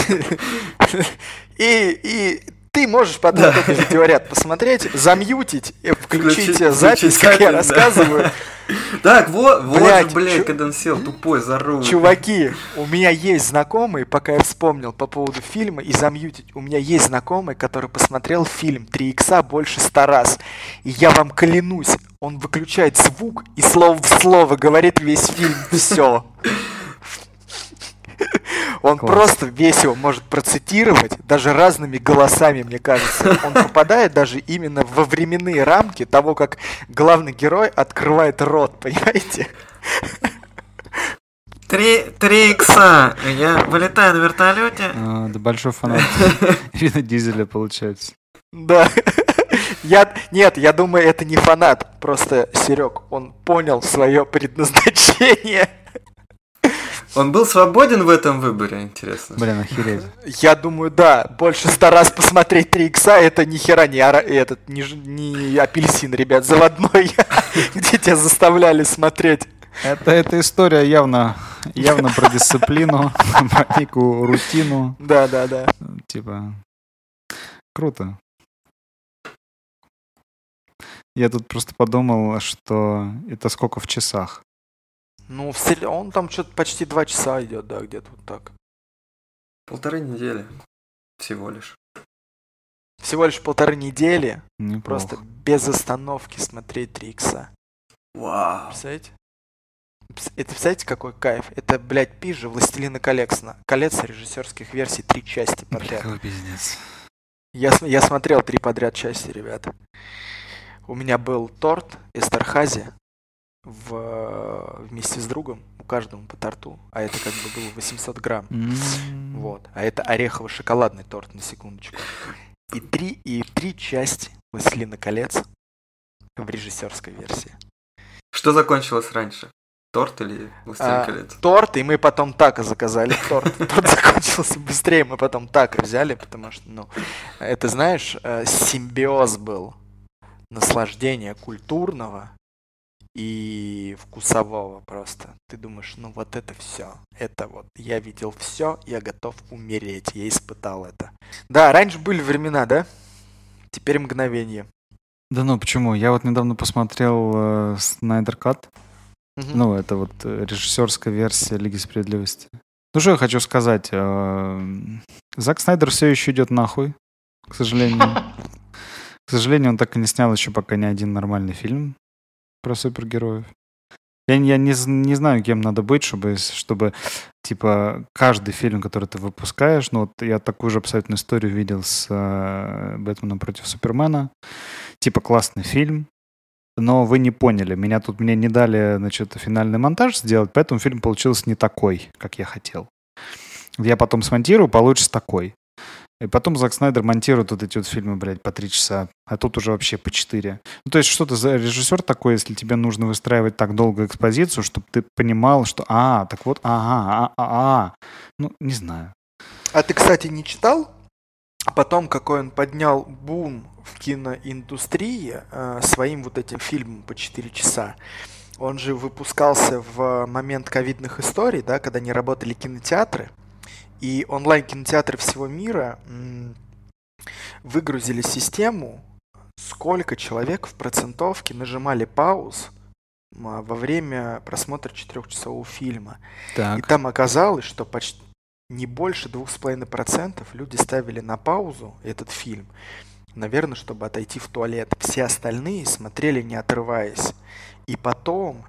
И ты можешь потом этот видеоряд посмотреть, замьютить, включить запись, как я рассказываю. Так, вот же, блядь, когда он сел тупой за руль. Чуваки, у меня есть знакомый, пока я вспомнил по поводу фильма и замьютить, у меня есть знакомый, который посмотрел фильм 3 икса больше 100 раз. И я вам клянусь, он выключает звук и слово в слово говорит весь фильм. Все. Он просто весь его может процитировать, даже разными голосами, мне кажется. Он попадает даже именно во временные рамки того, как главный герой открывает рот, понимаете? 3 икса. Я вылетаю на вертолете. Да большой фанат Вина Дизеля получается. Да. Нет, я думаю, это не фанат. Просто Серег, он понял свое предназначение. Он был свободен в этом выборе, интересно. Блин, охереть. Я думаю, да. Больше 100 раз посмотреть 3 икса, это ни хера не апельсин, ребят, заводной, где тебя заставляли смотреть. Это история явно про дисциплину, про некую рутину. Да. Типа, круто. Я тут просто подумал, что это сколько в часах. Ну, он там что-то почти 2 часа идет, да, где-то вот так. 1,5 недели. Всего лишь. Всего лишь 1,5 недели. Неплохо. Просто без остановки смотреть 3 икса. Вау. Представляете? Это, представляете, какой кайф? Это, блядь, пизже «Властелина колец» режиссерских версий 3 части подряд. Какой пиздец. Я смотрел 3 подряд части, ребята. У меня был торт Эстерхази вместе с другом, у каждого по торту, а это как бы было 800 грамм. Вот. А это орехово-шоколадный торт, на секундочку. И 3 части «Властелина колец» в режиссерской версии. Что закончилось раньше? Торт или «Властелин колец»? Торт, и мы потом тако заказали торт. Торт закончился быстрее, мы потом тако взяли, потому что, это, знаешь, симбиоз был наслаждения культурного и вкусового просто. Ты думаешь, вот это все. Это вот, я видел все, я готов умереть, я испытал это. Да, раньше были времена, да? Теперь мгновение. Да почему? Я вот недавно посмотрел Снайдер Кат. Это вот режиссерская версия Лиги Справедливости. Ну что я хочу сказать. Зак Снайдер все еще идет нахуй, к сожалению. К сожалению, он так и не снял еще пока ни один нормальный фильм про супергероев. Я не знаю, кем надо быть, чтобы, типа, каждый фильм, который ты выпускаешь, ну, вот я такую же абсолютно историю видел с «Бэтменом против Супермена». Типа, классный фильм, но вы не поняли. Мне не дали, значит, финальный монтаж сделать, поэтому фильм получился не такой, как я хотел. Я потом смонтирую, получится такой. И потом Зак Снайдер монтирует вот эти вот фильмы, блядь, по 3 часа, а тут уже вообще по 4. Ну, то есть что ты за режиссер такой, если тебе нужно выстраивать так долго экспозицию, чтобы ты понимал, что, так вот, ну, не знаю. А ты, кстати, не читал потом, какой он поднял бум в киноиндустрии своим вот этим фильмом по 4 часа? Он же выпускался в момент ковидных историй, да, когда не работали кинотеатры. И онлайн-кинотеатры всего мира выгрузили систему, сколько человек в процентовке нажимали пауз во время просмотра 4-часового фильма. Так. И там оказалось, что почти не больше 2,5% люди ставили на паузу этот фильм, наверное, чтобы отойти в туалет. Все остальные смотрели, не отрываясь. И потом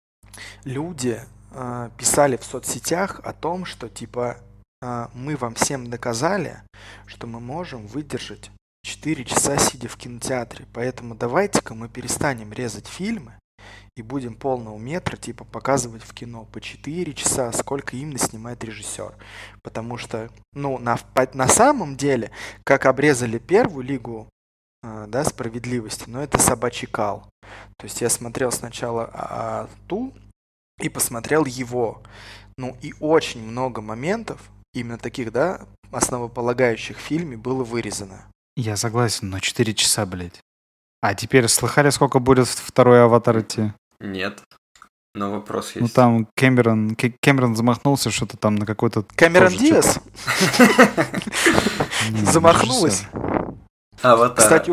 люди писали в соцсетях о том, что типа мы вам всем доказали, что мы можем выдержать 4 часа сидя в кинотеатре. Поэтому давайте-ка мы перестанем резать фильмы и будем полного метра типа показывать в кино по 4 часа, сколько именно снимает режиссер. Потому что, ну, на самом деле, как обрезали первую лигу да, справедливости, но это собачий кал. То есть я смотрел сначала ту и посмотрел его. Ну и очень много моментов, именно таких, да, основополагающих в фильме было вырезано. Я согласен, но 4 часа, блядь. А теперь слыхали, сколько будет второй «Аватар» идти? Нет. Но вопрос есть. Ну там Кэмерон замахнулся что-то там на какой-то... Кэмерон Диас? Замахнулась. «Аватар». Кстати, у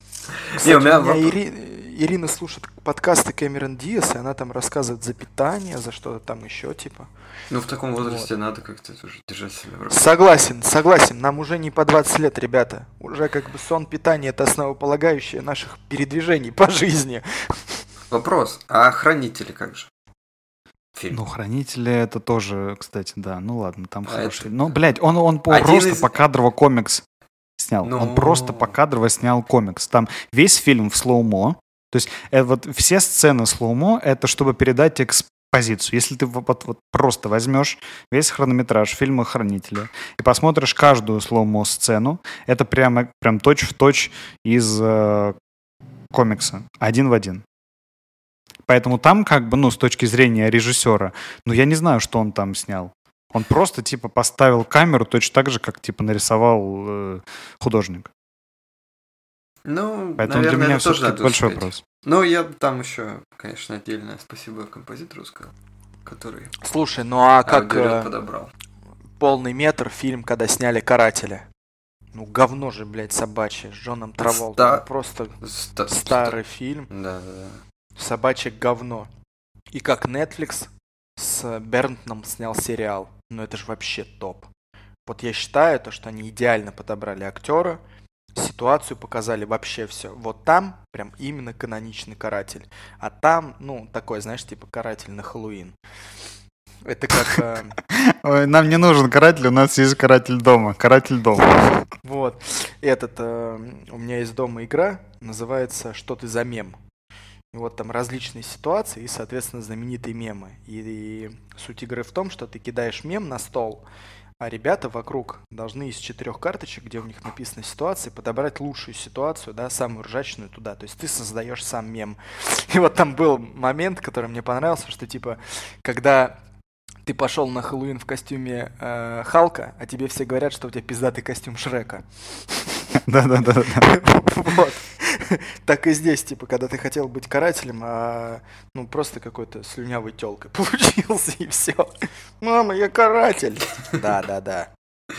меня Ирина слушает подкасты Кэмерон Диас, и она там рассказывает за питание, за что-то там еще, типа. Ну, в таком возрасте надо как-то тоже держать себя в руках. Согласен. Нам уже не по 20 лет, ребята. Уже как бы сон, питание — это основополагающее наших передвижений по жизни. Вопрос, а «Хранители» как же? Фильм. Ну, «Хранители» это тоже, кстати, да. Ну ладно, там хороший фильм. Ну, блядь, он просто покадрово комикс снял. Он просто покадрово снял комикс. Там весь фильм в слоумо. То есть вот все сцены слоумо — это чтобы передать экспозицию. Если ты вот просто возьмешь весь хронометраж фильма «Хранители» и посмотришь каждую слоумо сцену, это прям точь-в-точь из комикса. Один в один. Поэтому там как бы, ну, с точки зрения режиссера, ну, я не знаю, что он там снял. Он просто, типа, поставил камеру точно так же, как, типа, нарисовал художник. Ну, поэтому наверное, для меня это тоже все-таки надо большой успеть. вопрос. Ну, я там еще, конечно, отдельное спасибо композитору сказал, который Слушай, ну а как подобрал. полный метр фильм, когда сняли «Карателя»? Ну, говно же, блядь, собачье, с Джоном Траволтой. Просто старый фильм. Да. Собачье говно. И как Netflix с Бернтоном снял сериал. Ну, это же вообще топ. Вот я считаю, то, что они идеально подобрали актера, ситуацию показали, вообще все. Вот там прям именно каноничный «Каратель». А там, ну, такой, знаешь, типа «Каратель» на Хэллоуин. Это как... Ой, нам не нужен каратель, у нас есть каратель дома. Каратель дома. Вот. У меня есть дома игра, называется «Что ты за мем?». И вот там различные ситуации и, соответственно, знаменитые мемы. И суть игры в том, что ты кидаешь мем на стол, а ребята вокруг должны из 4 карточек, где у них написана ситуация, подобрать лучшую ситуацию, да, самую ржачную туда. То есть ты создаешь сам мем. И вот там был момент, который мне понравился, что типа, когда ты пошел на Хэллоуин в костюме Халка, а тебе все говорят, что у тебя пиздатый костюм Шрека. Да. Вот. Так и здесь, типа, когда ты хотел быть карателем, ну, просто какой-то слюнявой тёлкой получился, и все. Мама, я каратель. Да.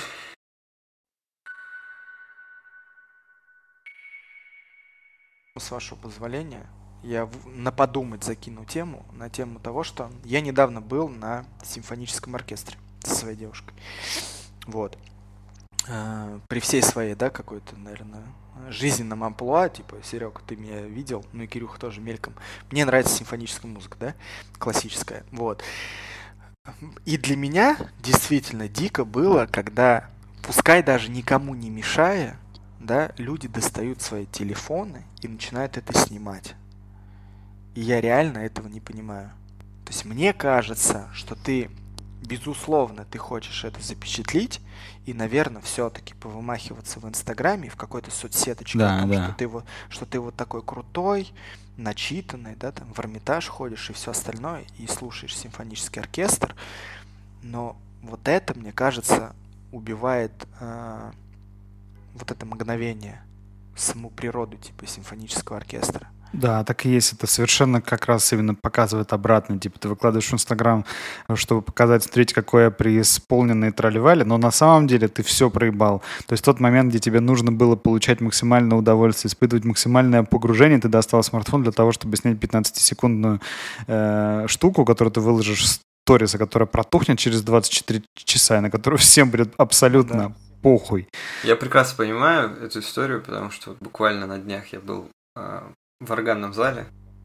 С вашего позволения, я на подумать закину тему, на тему того, что я недавно был на симфоническом оркестре со своей девушкой. Вот. при всей своей, да, какой-то, наверное, жизненном амплуа, типа, Серег, ты меня видел, ну и Кирюха тоже мельком. Мне нравится симфоническая музыка, да, классическая, вот. И для меня действительно дико было, когда, пускай даже никому не мешая, да, люди достают свои телефоны и начинают это снимать. И я реально этого не понимаю. То есть мне кажется, что ты, безусловно, ты хочешь это запечатлить и, наверное, все-таки повымахиваться в Инстаграме, в какой-то соцсеточке, Да, о том, да. что ты вот такой крутой, начитанный, да, там в Эрмитаж ходишь и все остальное, и слушаешь симфонический оркестр. Но вот это, мне кажется, убивает вот это мгновение, саму природу типа симфонического оркестра. Да, так и есть. Это совершенно как раз именно показывает обратно. Типа ты выкладываешь в Инстаграм, чтобы показать, смотрите, какой я преисполненный тролливали, но на самом деле ты все проебал. То есть тот момент, где тебе нужно было получать максимальное удовольствие, испытывать максимальное погружение, ты достал смартфон для того, чтобы снять 15-секундную штуку, которую ты выложишь в сторисы, которая протухнет через 24 часа, и на которую всем будет абсолютно похуй. Я прекрасно понимаю эту историю, потому что вот буквально на днях я был в органном зале,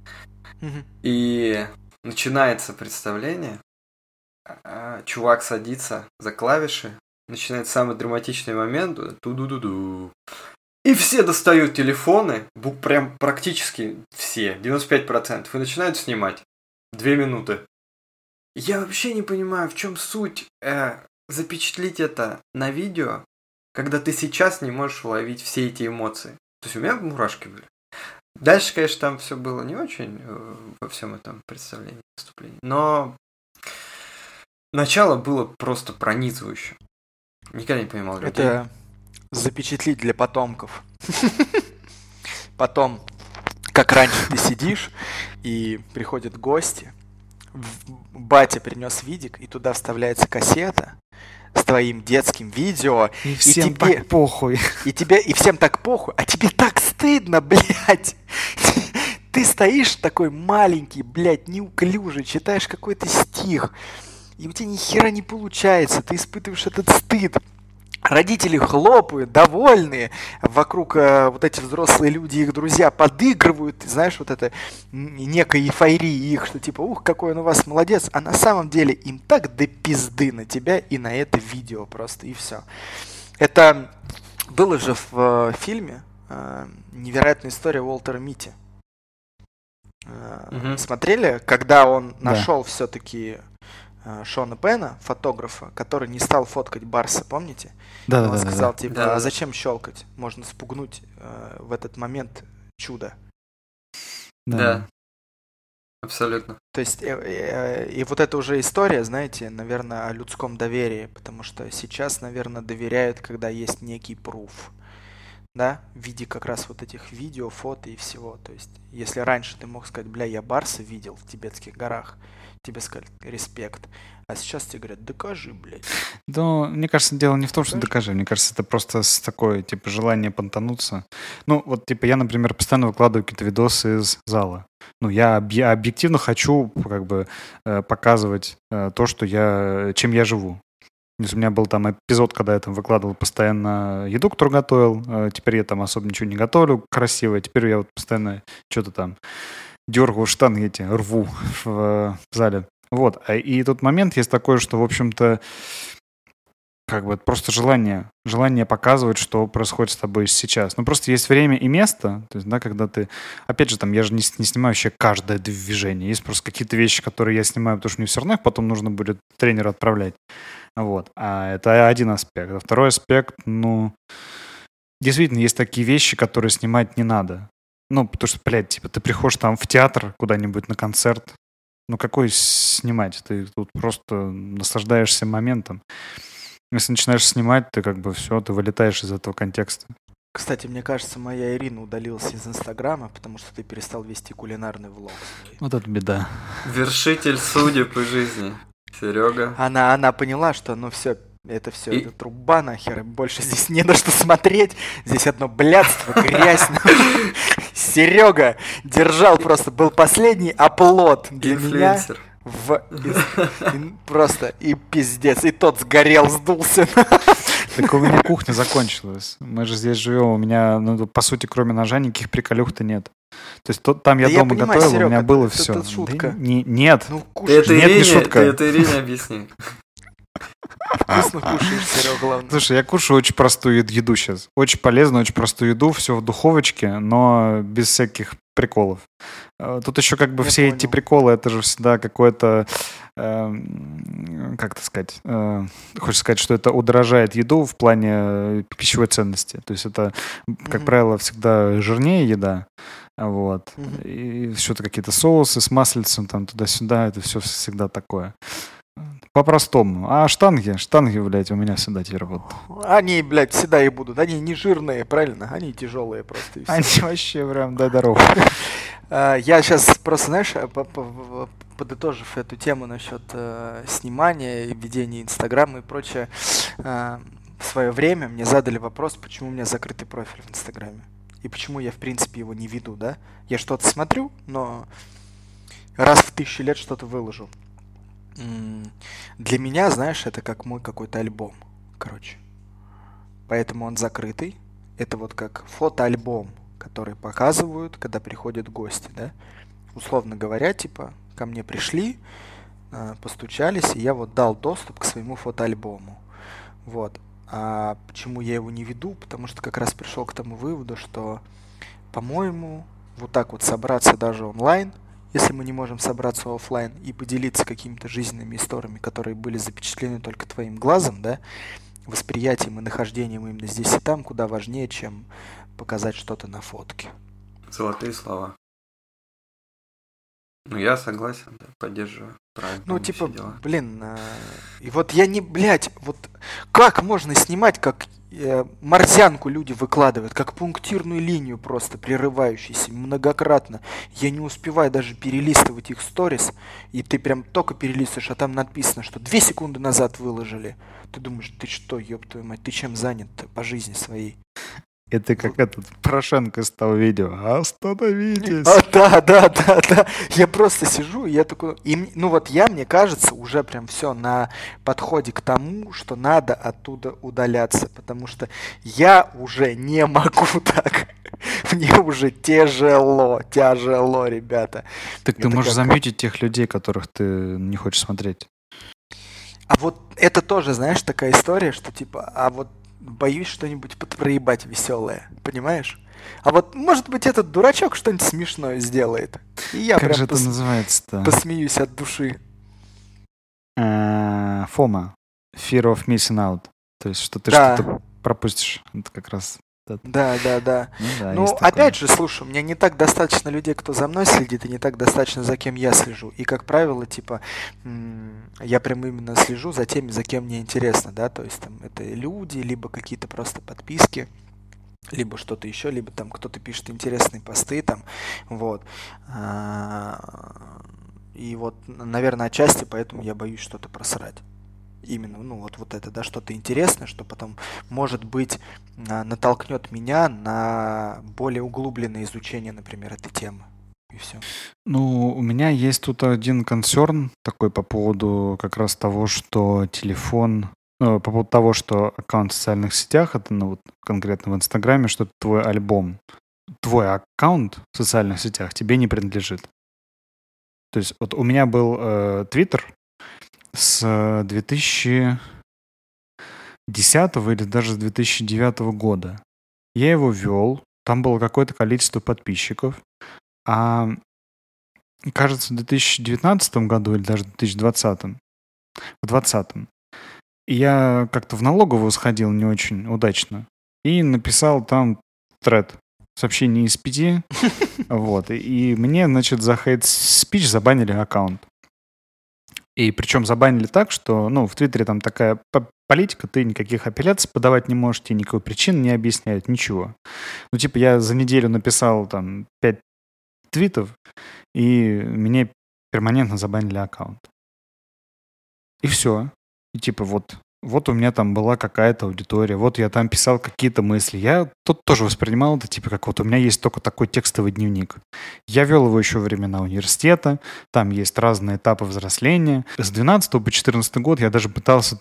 и начинается представление, чувак садится за клавиши, начинается самый драматичный момент, ту-ду-ду-ду, и все достают телефоны, прям практически все, 95%, и начинают снимать. 2 минуты. Я вообще не понимаю, в чем суть запечатлить это на видео, когда ты сейчас не можешь уловить все эти эмоции. То есть у меня мурашки были. Дальше, конечно, там все было не очень во всем этом представлении, выступлении. Но начало было просто пронизывающим. Никогда не понимал людей. Это запечатлить для потомков. Потом, как раньше ты сидишь, и приходят гости, батя принес видик, и туда вставляется кассета с твоим детским видео. И всем так похуй. И всем так похуй, а тебе так стыдно, блядь. Ты стоишь такой маленький, блядь, неуклюжий, читаешь какой-то стих, и у тебя ни хера не получается, ты испытываешь этот стыд. Родители хлопают, довольные, вокруг вот эти взрослые люди, их друзья подыгрывают, ты знаешь, вот это некая эйфория их, что типа, ух, какой он у вас молодец, а на самом деле им так до пизды на тебя и на это видео просто, и все. Это было же в фильме «Невероятная история Уолтера Митти». Смотрели, когда он нашел все-таки Шона Пена, фотографа, который не стал фоткать Барса, помните? Да, он сказал, да. типа, а зачем щелкать? Можно спугнуть в этот момент чудо. Да. Абсолютно. То есть, и вот это уже история, знаете, наверное, о людском доверии, потому что сейчас, наверное, доверяют, когда есть некий пруф, да, в виде как раз вот этих видео, фото и всего. То есть, если раньше ты мог сказать, бля, я Барса видел в Тибетских горах, тебе сказали респект, а сейчас тебе говорят, докажи, блядь. Да, мне кажется, дело не в том, что докажи, мне кажется, это просто такое, типа, желание понтануться. Ну, вот, типа, я, например, постоянно выкладываю какие-то видосы из зала. Ну, я объективно хочу, как бы, показывать то, что чем я живу. То есть у меня был там эпизод, когда я там выкладывал постоянно еду, которую готовил. Теперь я там особо ничего не готовлю красиво. Теперь я вот постоянно что-то там дергаю штаны эти, рву в зале. Вот. И тот момент есть такой, что, в общем-то, как бы просто желание показывать, что происходит с тобой сейчас. Ну, просто есть время и место, то есть, да, когда ты... Опять же, там, я же не снимаю вообще каждое движение. Есть просто какие-то вещи, которые я снимаю, потому что мне все равно их потом нужно будет тренеру отправлять. Вот. А это один аспект. А второй аспект, ну... Действительно, есть такие вещи, которые снимать не надо. Ну, потому что, блядь, типа, ты приходишь там в театр куда-нибудь на концерт, ну, какой снимать? Ты тут просто наслаждаешься моментом. Если начинаешь снимать, ты как бы все, ты вылетаешь из этого контекста. Кстати, мне кажется, моя Ирина удалилась из Инстаграма, потому что ты перестал вести кулинарный влог. Вот это беда. Вершитель судеб и жизни. Серега. Она поняла, что ну все, это труба нахер, больше здесь не на что смотреть, здесь одно блядство, грязь. Серега держал просто, был последний оплот для меня. Просто и пиздец, и тот сгорел, сдулся. Так у меня кухня закончилась. Мы же здесь живем. У меня, ну, по сути, кроме ножа, никаких приколюх-то нет. То есть там я Да я дома понимаю, готовил, у Серег, меня это- было это все. шутка. Нет, Ну, Ты кушаешь, это Нет, не Ирине, шутка. ты это Ирине объясни. вкусно кушаешь, Серега, главное. слушай, я кушаю очень простую еду сейчас. Очень полезную, очень простую еду. Все в духовочке, но без всяких приколов. Тут еще как бы Я все эти понял. приколы, это же всегда какое-то, как это сказать, хочешь сказать, что это удорожает еду в плане пищевой ценности. То есть это, как Мгм. правило, всегда жирнее еда. Вот. Мгм. И что-то какие-то соусы с маслицем там туда-сюда, это все всегда такое. По-простому. А штанги, блядь, у меня всегда теперь вот. Они, блядь, всегда и будут. Они не жирные, правильно? Они тяжелые просто. И всё. Они вообще прям, дай дорогу. Я сейчас просто, знаешь, подытожив эту тему насчет снимания, и ведения Инстаграма и прочее, в свое время мне задали вопрос, почему у меня закрытый профиль в Инстаграме. И почему я, в принципе, его не веду, да? Я что-то смотрю, но раз в 1000 лет что-то выложу. Для меня, знаешь, это как мой какой-то альбом, короче. Поэтому он закрытый. Это вот как фотоальбом, который показывают, когда приходят гости, да? Условно говоря, типа, ко мне пришли, постучались, и я вот дал доступ к своему фотоальбому. Вот. А почему я его не веду? Потому что как раз пришел к тому выводу, что, по-моему, вот так вот собраться даже онлайн, если мы не можем собраться оффлайн и поделиться какими-то жизненными историями, которые были запечатлены только твоим глазом, да, восприятием и нахождением именно здесь и там, куда важнее, чем показать что-то на фотке. Золотые слова. Ну, я согласен, да, поддерживаю. Правильно, Ну, все типа, дела. блин, и вот я не, блядь, вот как можно снимать, как морзянку люди выкладывают, как пунктирную линию просто прерывающуюся многократно. Я не успеваю даже перелистывать их сторис, и ты прям только перелистываешь, а там написано, что 2 секунды назад выложили. Ты думаешь, ты что, ёб твою мать, ты чем занят по жизни своей? Это как этот Порошенко из того видео. Остановитесь. Да. Я просто сижу, и я такой... Ну вот мне кажется, уже прям все на подходе к тому, что надо оттуда удаляться, потому что я уже не могу так. Мне уже тяжело, ребята. Так ты Это можешь как- замьютить тех людей, которых ты не хочешь смотреть. А вот это тоже, знаешь, такая история, что типа, а вот боюсь что-нибудь проебать веселое, понимаешь? А вот, может быть, этот дурачок что-нибудь смешное сделает. И я Как прям же это называется-то? посмеюсь от души. Фома. Fear of missing out. То есть, что ты Да. что-то пропустишь. Это как раз... Да. Ну да, Ну, есть такое. опять же, слушай, у меня не так достаточно людей, кто за мной следит, и не так достаточно, за кем я слежу. И, как правило, типа, я прям именно слежу за теми, за кем мне интересно, да, то есть там это люди, либо какие-то просто подписки, либо что-то еще, либо там кто-то пишет интересные посты, там, вот. И вот, наверное, отчасти поэтому я боюсь что-то просрать. Именно, ну вот это, да, что-то интересное, что потом, может быть, натолкнет меня на более углубленное изучение, например, этой темы. И все. Ну, у меня есть тут один консерн такой по поводу как раз того, что телефон... по поводу того, что аккаунт в социальных сетях, это, ну, вот конкретно в Инстаграме, что это твой альбом. Твой аккаунт в социальных сетях тебе не принадлежит. То есть вот у меня был Твиттер с 2010 или даже с 2009 года. Я его вел, там было какое-то количество подписчиков, а кажется, в 2019 году или даже в 2020, в 2020, я как-то в налоговую сходил не очень удачно и написал там тред, сообщение из 5, вот, и мне, значит, за хейт-спич забанили аккаунт. И причем забанили так, что, ну, в Твиттере там такая политика, ты никаких апелляций подавать не можешь, тебе никакой причины не объясняют, ничего. Ну, типа, я за неделю написал там 5 твитов, и мне перманентно забанили аккаунт. И все. И типа, вот у меня там была какая-то аудитория, вот я там писал какие-то мысли. Я тут тоже воспринимал это, типа, как вот у меня есть только такой текстовый дневник. Я вел его еще во времена университета, там есть разные этапы взросления. С 12 по 14 год я даже пытался там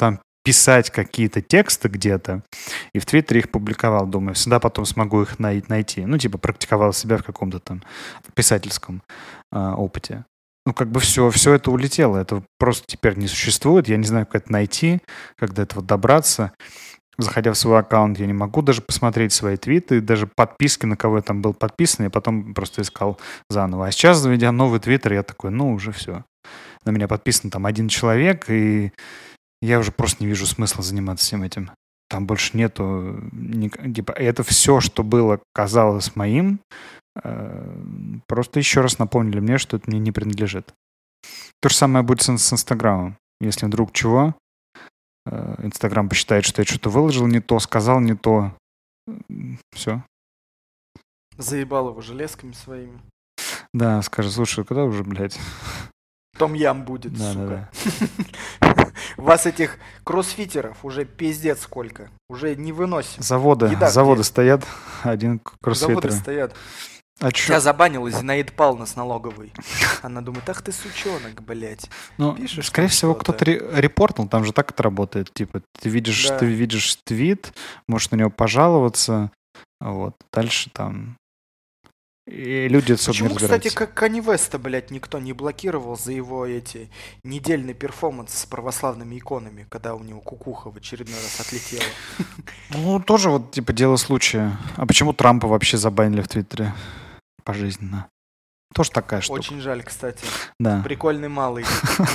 писать какие-то тексты где-то, и в Твиттере их публиковал. Думаю, всегда потом смогу их найти. Ну, типа, практиковал себя в каком-то там писательском опыте. Ну, как бы все это улетело. Это просто теперь не существует. Я не знаю, как это найти, как до этого добраться. Заходя в свой аккаунт, я не могу даже посмотреть свои твиты, даже подписки, на кого я там был подписан, я потом просто искал заново. А сейчас, заведя новый твиттер, я такой, ну, уже все. На меня подписан там 1 человек, и я уже просто не вижу смысла заниматься всем этим. Там больше нету... Типа, это все, что было, казалось моим, просто еще раз напомнили мне, что это мне не принадлежит. То же самое будет с Инстаграмом. Если вдруг чего, Инстаграм посчитает, что я что-то выложил не то, сказал не то, все. Заебал его железками своими. Да, скажет, слушай, когда уже, блядь? Том-ям будет, да, сука. Да. Вас этих кроссфитеров уже пиздец сколько. Уже не выносим. Заводы стоят, один кроссфитер. Заводы стоят. А Тебя забанила Зинаида Павловна с налоговой. Она думает, ах ты сучонок, блядь. Ну, пишешь скорее всего, кто-то репортнул, там же так это работает. Типа, ты видишь твит, можешь на него пожаловаться, вот, дальше там... И люди особо не разбираются. Почему, кстати, как Канье Веста, блядь, никто не блокировал за его эти недельный перформанс с православными иконами, когда у него кукуха в очередной раз отлетела? Ну, тоже вот, типа, дело случая. А почему Трампа вообще забанили в Твиттере пожизненно? Тоже такая штука. Очень жаль, кстати. Да. Прикольный малый.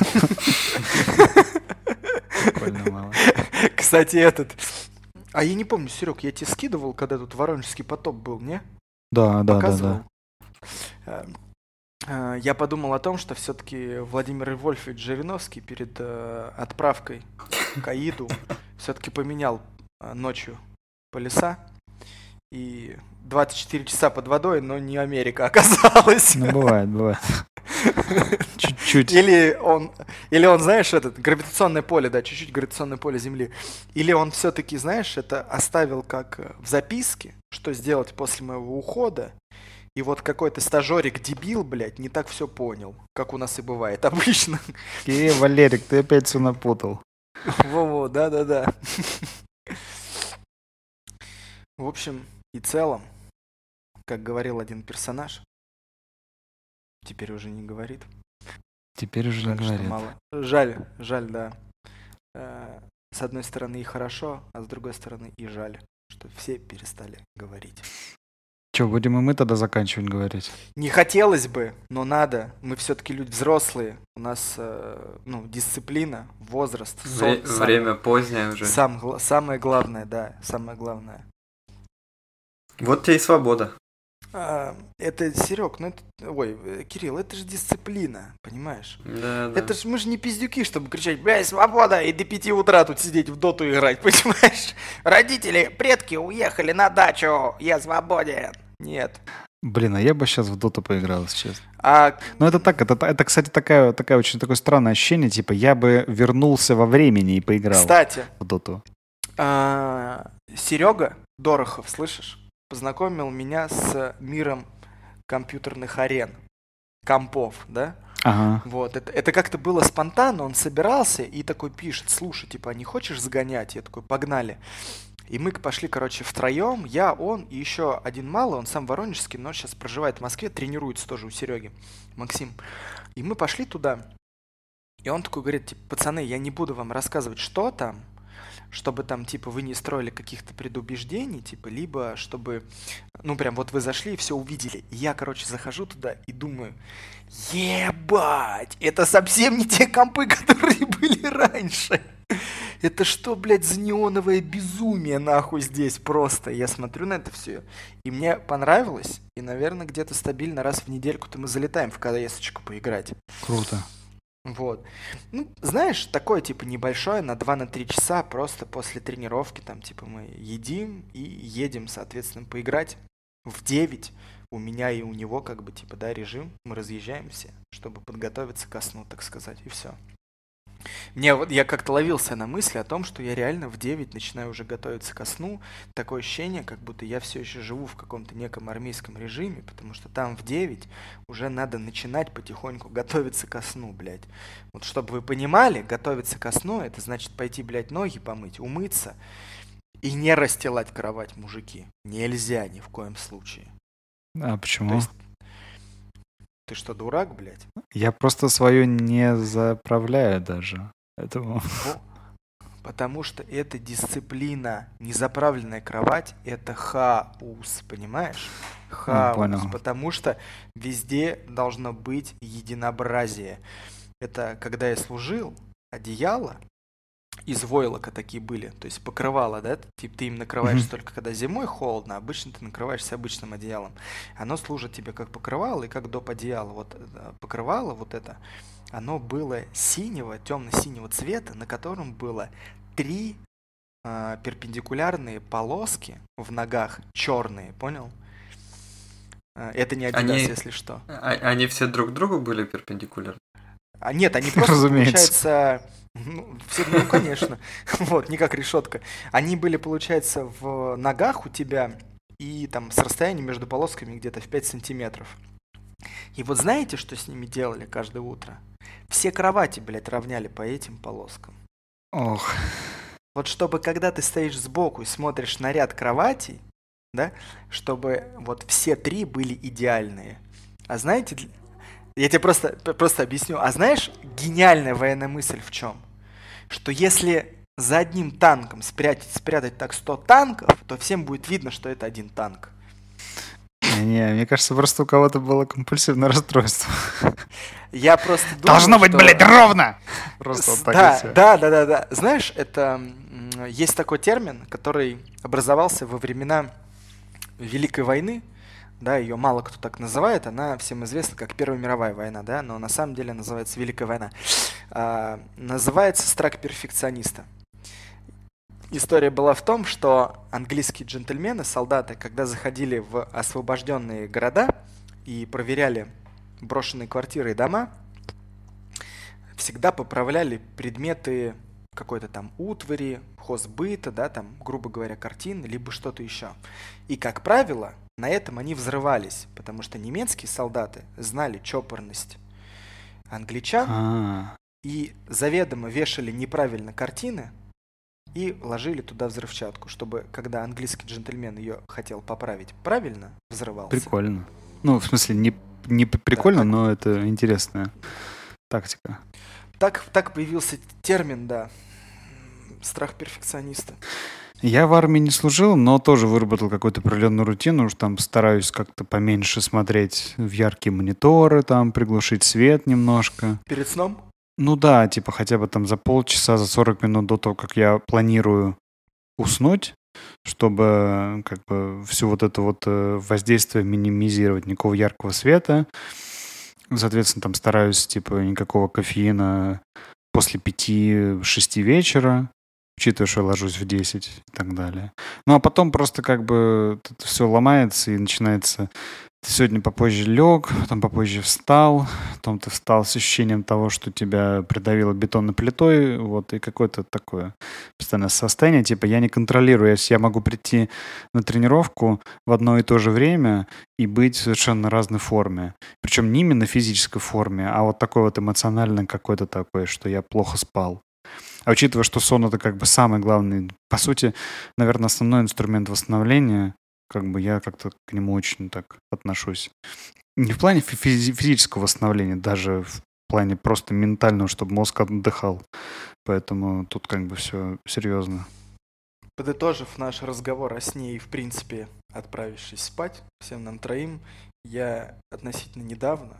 Прикольный малый. Кстати, этот... А я не помню, Серег, я тебе скидывал, когда тут Воронежский потоп был, не? Да. Я подумал о том, что все-таки Владимир Львович Жириновский перед отправкой к Аиду все-таки поменял ночью полюса. И 24 часа под водой, но не Америка оказалась. Ну, бывает. Чуть-чуть. Или он, знаешь, гравитационное поле, да, чуть-чуть гравитационное поле Земли. Или он все-таки, знаешь, это оставил как в записке, что сделать после моего ухода. И вот какой-то стажерик-дебил, блядь, не так все понял, как у нас и бывает обычно. Валерик, ты опять все напутал. Во-во, да. В общем и целом, как говорил один персонаж, теперь уже не говорит. Теперь уже не говорит. Мало. Жаль, да. С одной стороны и хорошо, а с другой стороны и жаль, что все перестали говорить. Че, будем и мы тогда заканчивать говорить? Не хотелось бы, но надо. Мы все-таки люди взрослые. У нас дисциплина, возраст. Время позднее уже. Самое главное, да. Самое главное. Вот тебе и свобода. Это, Серег, Кирилл, это же дисциплина, понимаешь? Да. Это ж мы же не пиздюки, чтобы кричать, блядь, свобода, и до 5 утра тут сидеть в доту играть, понимаешь? Родители, предки уехали на дачу, я свободен. Нет. Блин, а я бы сейчас в доту поиграл, если честно. Ну это так, это, кстати, такое очень странное ощущение, типа я бы вернулся во времени и поиграл. Кстати, в доту. Серега Дорохов, слышишь? Познакомил меня с миром компьютерных арен, компов, да? Ага. Вот, это как-то было спонтанно, он собирался и такой пишет, слушай, типа, не хочешь сгонять? Я такой, погнали. И мы пошли, втроем, я, он и еще один малый, он сам воронежский, но сейчас проживает в Москве, тренируется тоже у Сереги, Максим. И мы пошли туда, и он такой говорит, типа, пацаны, я не буду вам рассказывать, что там, чтобы там, типа, вы не строили каких-то предубеждений, типа, либо чтобы, прям вот вы зашли и все увидели. И я, захожу туда и думаю, ебать, это совсем не те компы, которые были раньше. Это что, блядь, за неоновое безумие, нахуй, здесь просто? Я смотрю на это все, и мне понравилось, и, наверное, где-то стабильно раз в недельку-то мы залетаем в КС-очку поиграть. Круто. Вот. Знаешь, такое, типа, небольшое, на 2-3 часа, просто после тренировки, там, типа, мы едим и едем, соответственно, поиграть. В 9 у меня и у него, режим, мы разъезжаемся, чтобы подготовиться ко сну, так сказать, и все. Я как-то ловился на мысли о том, что я реально в 9 начинаю уже готовиться ко сну. Такое ощущение, как будто я все еще живу в каком-то неком армейском режиме, потому что там в 9 уже надо начинать потихоньку готовиться ко сну, блядь. Вот чтобы вы понимали, готовиться ко сну, это значит пойти, блядь, ноги помыть, умыться и не расстилать кровать, мужики. Нельзя ни в коем случае. А То почему? есть ты что, дурак, блядь? Я просто свою не заправляю даже. Поэтому... Потому что это дисциплина. Незаправленная кровать — это хаос, понимаешь? Хаос. Понял. Потому что везде должно быть единообразие. Это когда я служил, одеяло из войлока такие были, то есть покрывало, да? Типа ты им накрываешься только когда зимой холодно, обычно ты накрываешься обычным одеялом. Оно служит тебе как покрывало и как доп. Одеяло. Вот покрывало вот это, оно было синего, темно-синего цвета, на котором было 3 перпендикулярные полоски в ногах, черные, понял? Это не Adidas, если что. Они все друг другу были перпендикулярны? Нет, они просто, Разумеется. получается, конечно, вот, не как решетка. Они были, получается, в ногах у тебя и там с расстоянием между полосками где-то в 5 сантиметров. И вот знаете, что с ними делали каждое утро? Все кровати, блядь, равняли по этим полоскам. Ох. Вот чтобы, когда ты стоишь сбоку и смотришь на ряд кроватей, да, чтобы вот все 3 были идеальные. А знаете, я тебе просто объясню. А знаешь, гениальная военная мысль в чем? Что если за одним танком спрятать так 100 танков, то всем будет видно, что это один танк. Не, мне кажется, просто у кого-то было компульсивное расстройство. Я просто думаю, Должно быть, блядь, ровно! Просто вот так и всё. Да. Знаешь, это есть такой термин, который образовался во времена Великой войны. Да, ее мало кто так называет, она всем известна как Первая мировая война, да, но на самом деле называется Великая война. Называется страх перфекциониста. История была в том, что английские джентльмены, солдаты, когда заходили в освобожденные города и проверяли брошенные квартиры и дома, всегда поправляли предметы какой-то там утвари, хозбыта, да, там, грубо говоря, картины, либо что-то еще. И, как правило, на этом они взрывались, потому что немецкие солдаты знали чопорность англичан и заведомо вешали неправильно картины и ложили туда взрывчатку, чтобы, когда английский джентльмен ее хотел поправить правильно, взрывался. Прикольно. Ну, в смысле, не прикольно, да, но это интересная тактика. Так появился термин, да, страх перфекциониста. Я в армии не служил, но тоже выработал какую-то определенную рутину. Уж там стараюсь как-то поменьше смотреть в яркие мониторы, там приглушить свет немножко. Перед сном? Ну да, типа хотя бы там за полчаса, за 40 минут до того, как я планирую уснуть, чтобы как бы все вот это вот воздействие минимизировать, никакого яркого света. Соответственно, там стараюсь типа никакого кофеина после 5-6 вечера, учитывая, что я ложусь в 10 и так далее. Ну, а потом просто как бы это все ломается и начинается... Ты сегодня попозже лег, потом попозже встал, потом ты встал с ощущением того, что тебя придавило бетонной плитой, вот, и какое-то такое постоянное состояние, типа я не контролирую, если я могу прийти на тренировку в одно и то же время и быть в совершенно разной форме. Причем не именно физической форме, а вот такой вот эмоциональной какой-то такой, что я плохо спал. А учитывая, что сон — это как бы самый главный, по сути, наверное, основной инструмент восстановления, как бы я как-то к нему очень так отношусь. Не в плане физического восстановления, даже в плане просто ментального, чтобы мозг отдыхал. Поэтому тут как бы все серьезно. Подытожив наш разговор о сне и, в принципе, отправившись спать, всем нам троим, я относительно недавно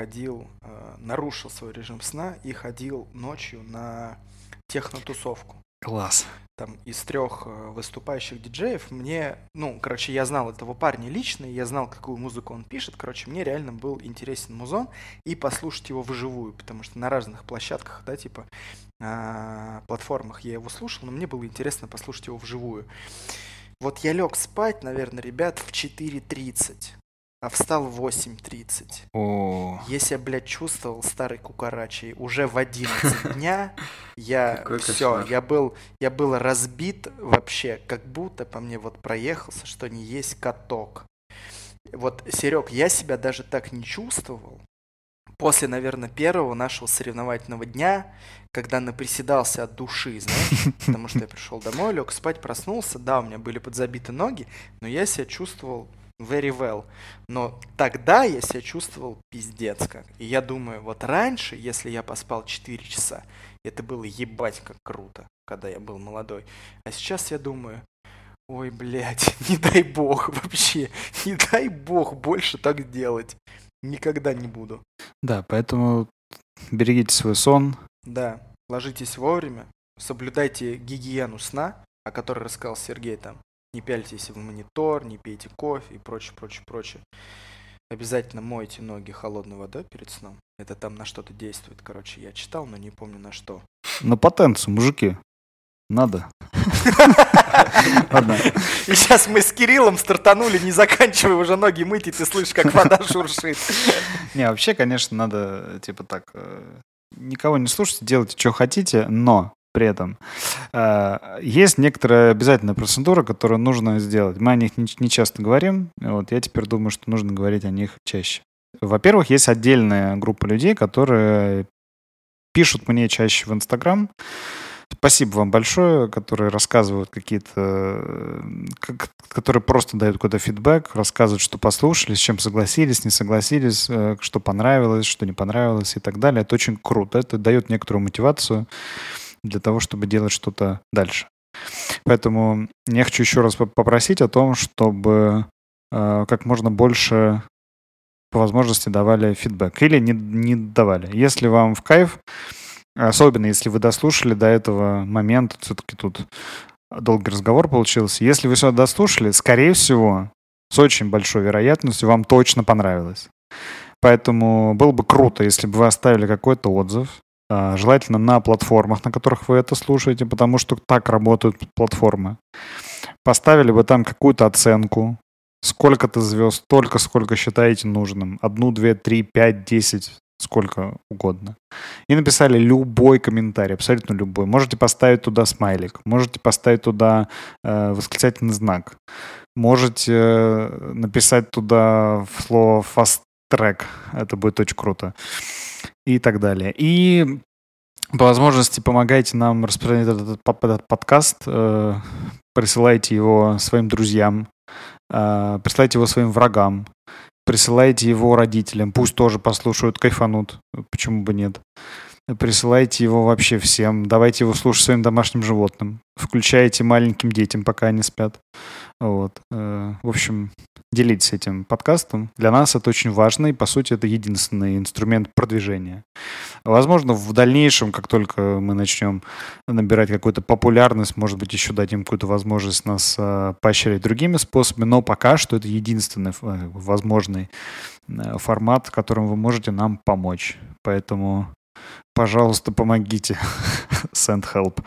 нарушил свой режим сна и ходил ночью на технотусовку. Класс. Там из 3 выступающих диджеев я знал этого парня лично, я знал, какую музыку он пишет, мне реально был интересен музон и послушать его вживую, потому что на разных площадках, да, типа, платформах я его слушал, но мне было интересно послушать его вживую. Вот я лег спать, наверное, ребят, в 4:30. а встал в 8:30. О, Если я, блядь, чувствовал старой кукарачей уже в 11 дня, я Какой все, кошмар. я был разбит вообще, как будто по мне вот проехался, что не есть каток. Вот, Серег, я себя даже так не чувствовал после, наверное, первого нашего соревновательного дня, когда наприседался от души, знаешь, потому что я пришел домой, лег спать, проснулся, да, у меня были подзабиты ноги, но я себя чувствовал very well. Но тогда я себя чувствовал пиздец как. И я думаю, вот раньше, если я поспал 4 часа, это было ебать как круто, когда я был молодой. А сейчас я думаю, ой, блядь, не дай бог вообще, не дай бог больше так делать. Никогда не буду. да, поэтому берегите свой сон. Да, ложитесь вовремя, соблюдайте гигиену сна, о которой рассказал Сергей там. Не пяльтесь в монитор, не пейте кофе и прочее, прочее, прочее. Обязательно мойте ноги холодной водой перед сном. Это там на что-то действует. Короче, я читал, но не помню на что. На потенцию, мужики. Надо. Ладно. И сейчас мы с Кириллом стартанули, не заканчивая уже ноги мыть, и ты слышишь, как вода шуршит. Не, вообще, конечно, надо, типа так, никого не слушайте, делайте, что хотите, но при этом есть некоторая обязательная процедура, которую нужно сделать. Мы о них не часто говорим, вот я теперь думаю, что нужно говорить о них чаще. Во-первых, есть отдельная группа людей, которые пишут мне чаще в Инстаграм. Спасибо вам большое, которые рассказывают какие-то, которые просто дают какой-то фидбэк, рассказывают, что послушали, с чем согласились, не согласились, что понравилось, что не понравилось и так далее. Это очень круто. Это дает некоторую мотивацию для того, чтобы делать что-то дальше. Поэтому я хочу еще раз попросить о том, чтобы как можно больше по возможности давали фидбэк или не давали. Если вам в кайф, особенно если вы дослушали до этого момента, все-таки тут долгий разговор получился. Если вы сюда дослушали, скорее всего, с очень большой вероятностью вам точно понравилось. Поэтому было бы круто, если бы вы оставили какой-то отзыв, желательно на платформах, на которых вы это слушаете, потому что так работают платформы. Поставили бы там какую-то оценку, сколько-то звезд, столько, сколько считаете нужным. 1, 2, 3, 5, 10, сколько угодно. И написали любой комментарий, абсолютно любой. Можете поставить туда смайлик, можете поставить туда восклицательный знак, можете написать туда слово fast track, это будет очень круто. И так далее. И по возможности помогайте нам распространять этот подкаст, присылайте его своим друзьям, присылайте его своим врагам, присылайте его родителям, пусть тоже послушают, кайфанут, почему бы нет. Присылайте его вообще всем, давайте его слушать своим домашним животным, включайте маленьким детям, пока они спят. Вот. В общем, делитесь этим подкастом. Для нас это очень важно, и, по сути, это единственный инструмент продвижения. Возможно, в дальнейшем, как только мы начнем набирать какую-то популярность, может быть, еще дадим какую-то возможность нас поощрять другими способами, но пока что это единственный возможный формат, в котором вы можете нам помочь. Поэтому, пожалуйста, помогите. Send help.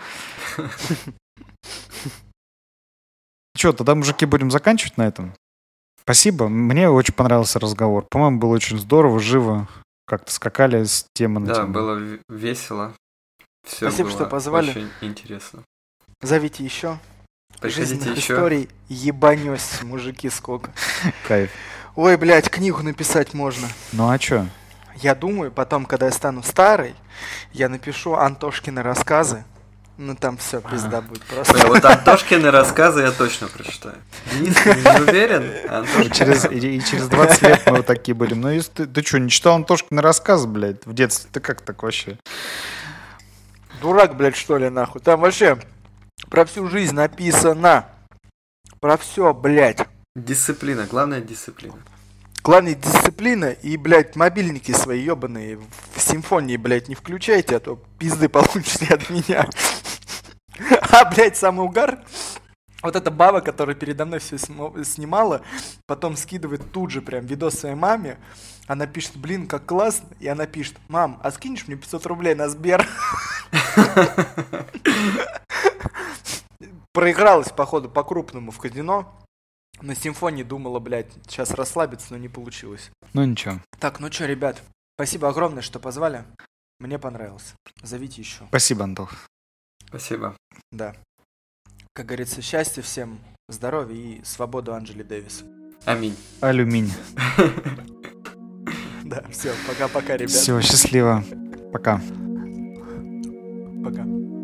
Что, тогда, мужики, будем заканчивать на этом? Спасибо. Мне очень понравился разговор. По-моему, было очень здорово, живо. Как-то скакали с темы на тему. Да, было весело. Все Спасибо, было что позвали. очень интересно. Зовите еще. Приходите Жизненных еще. историй ебанёсь, мужики, сколько. Кайф. Ой, блядь, книгу написать можно. Ну а что? Я думаю, потом, когда я стану старой, я напишу Антошкины рассказы. Ну там все, пизда будет просто. Ой, вот Антошкины рассказы я точно прочитаю. Денис, ты не уверен? И через 20 лет мы вот такие будем. Ну, если ты что, не читал Антошкины рассказы, блядь, в детстве? Ты как так вообще? Дурак, блядь, что ли, нахуй? Там вообще про всю жизнь написано. Про все, блядь. Дисциплина, главная дисциплина. Главное, дисциплина и, блядь, мобильники свои ебаные в симфонии, блядь, не включайте, а то пизды получите от меня. А, блядь, самый угар. Вот эта баба, которая передо мной все снимала, потом скидывает тут же прям видос своей маме. Она пишет, блин, как классно. И она пишет, мам, а скинешь мне 500 рублей на Сбер? Проигралась, походу, по-крупному в казино. На симфонии думала, блядь, сейчас расслабиться, но не получилось. Ну ничего. Так, ну что, ребят, спасибо огромное, что позвали. Мне понравилось. Зовите еще. Спасибо, Антох. Спасибо. Да. Как говорится, счастья всем, здоровья и свободу Анджели Дэвис. Аминь. Алюминь. Да, все, пока-пока, ребят. Все, счастливо. Пока. Пока.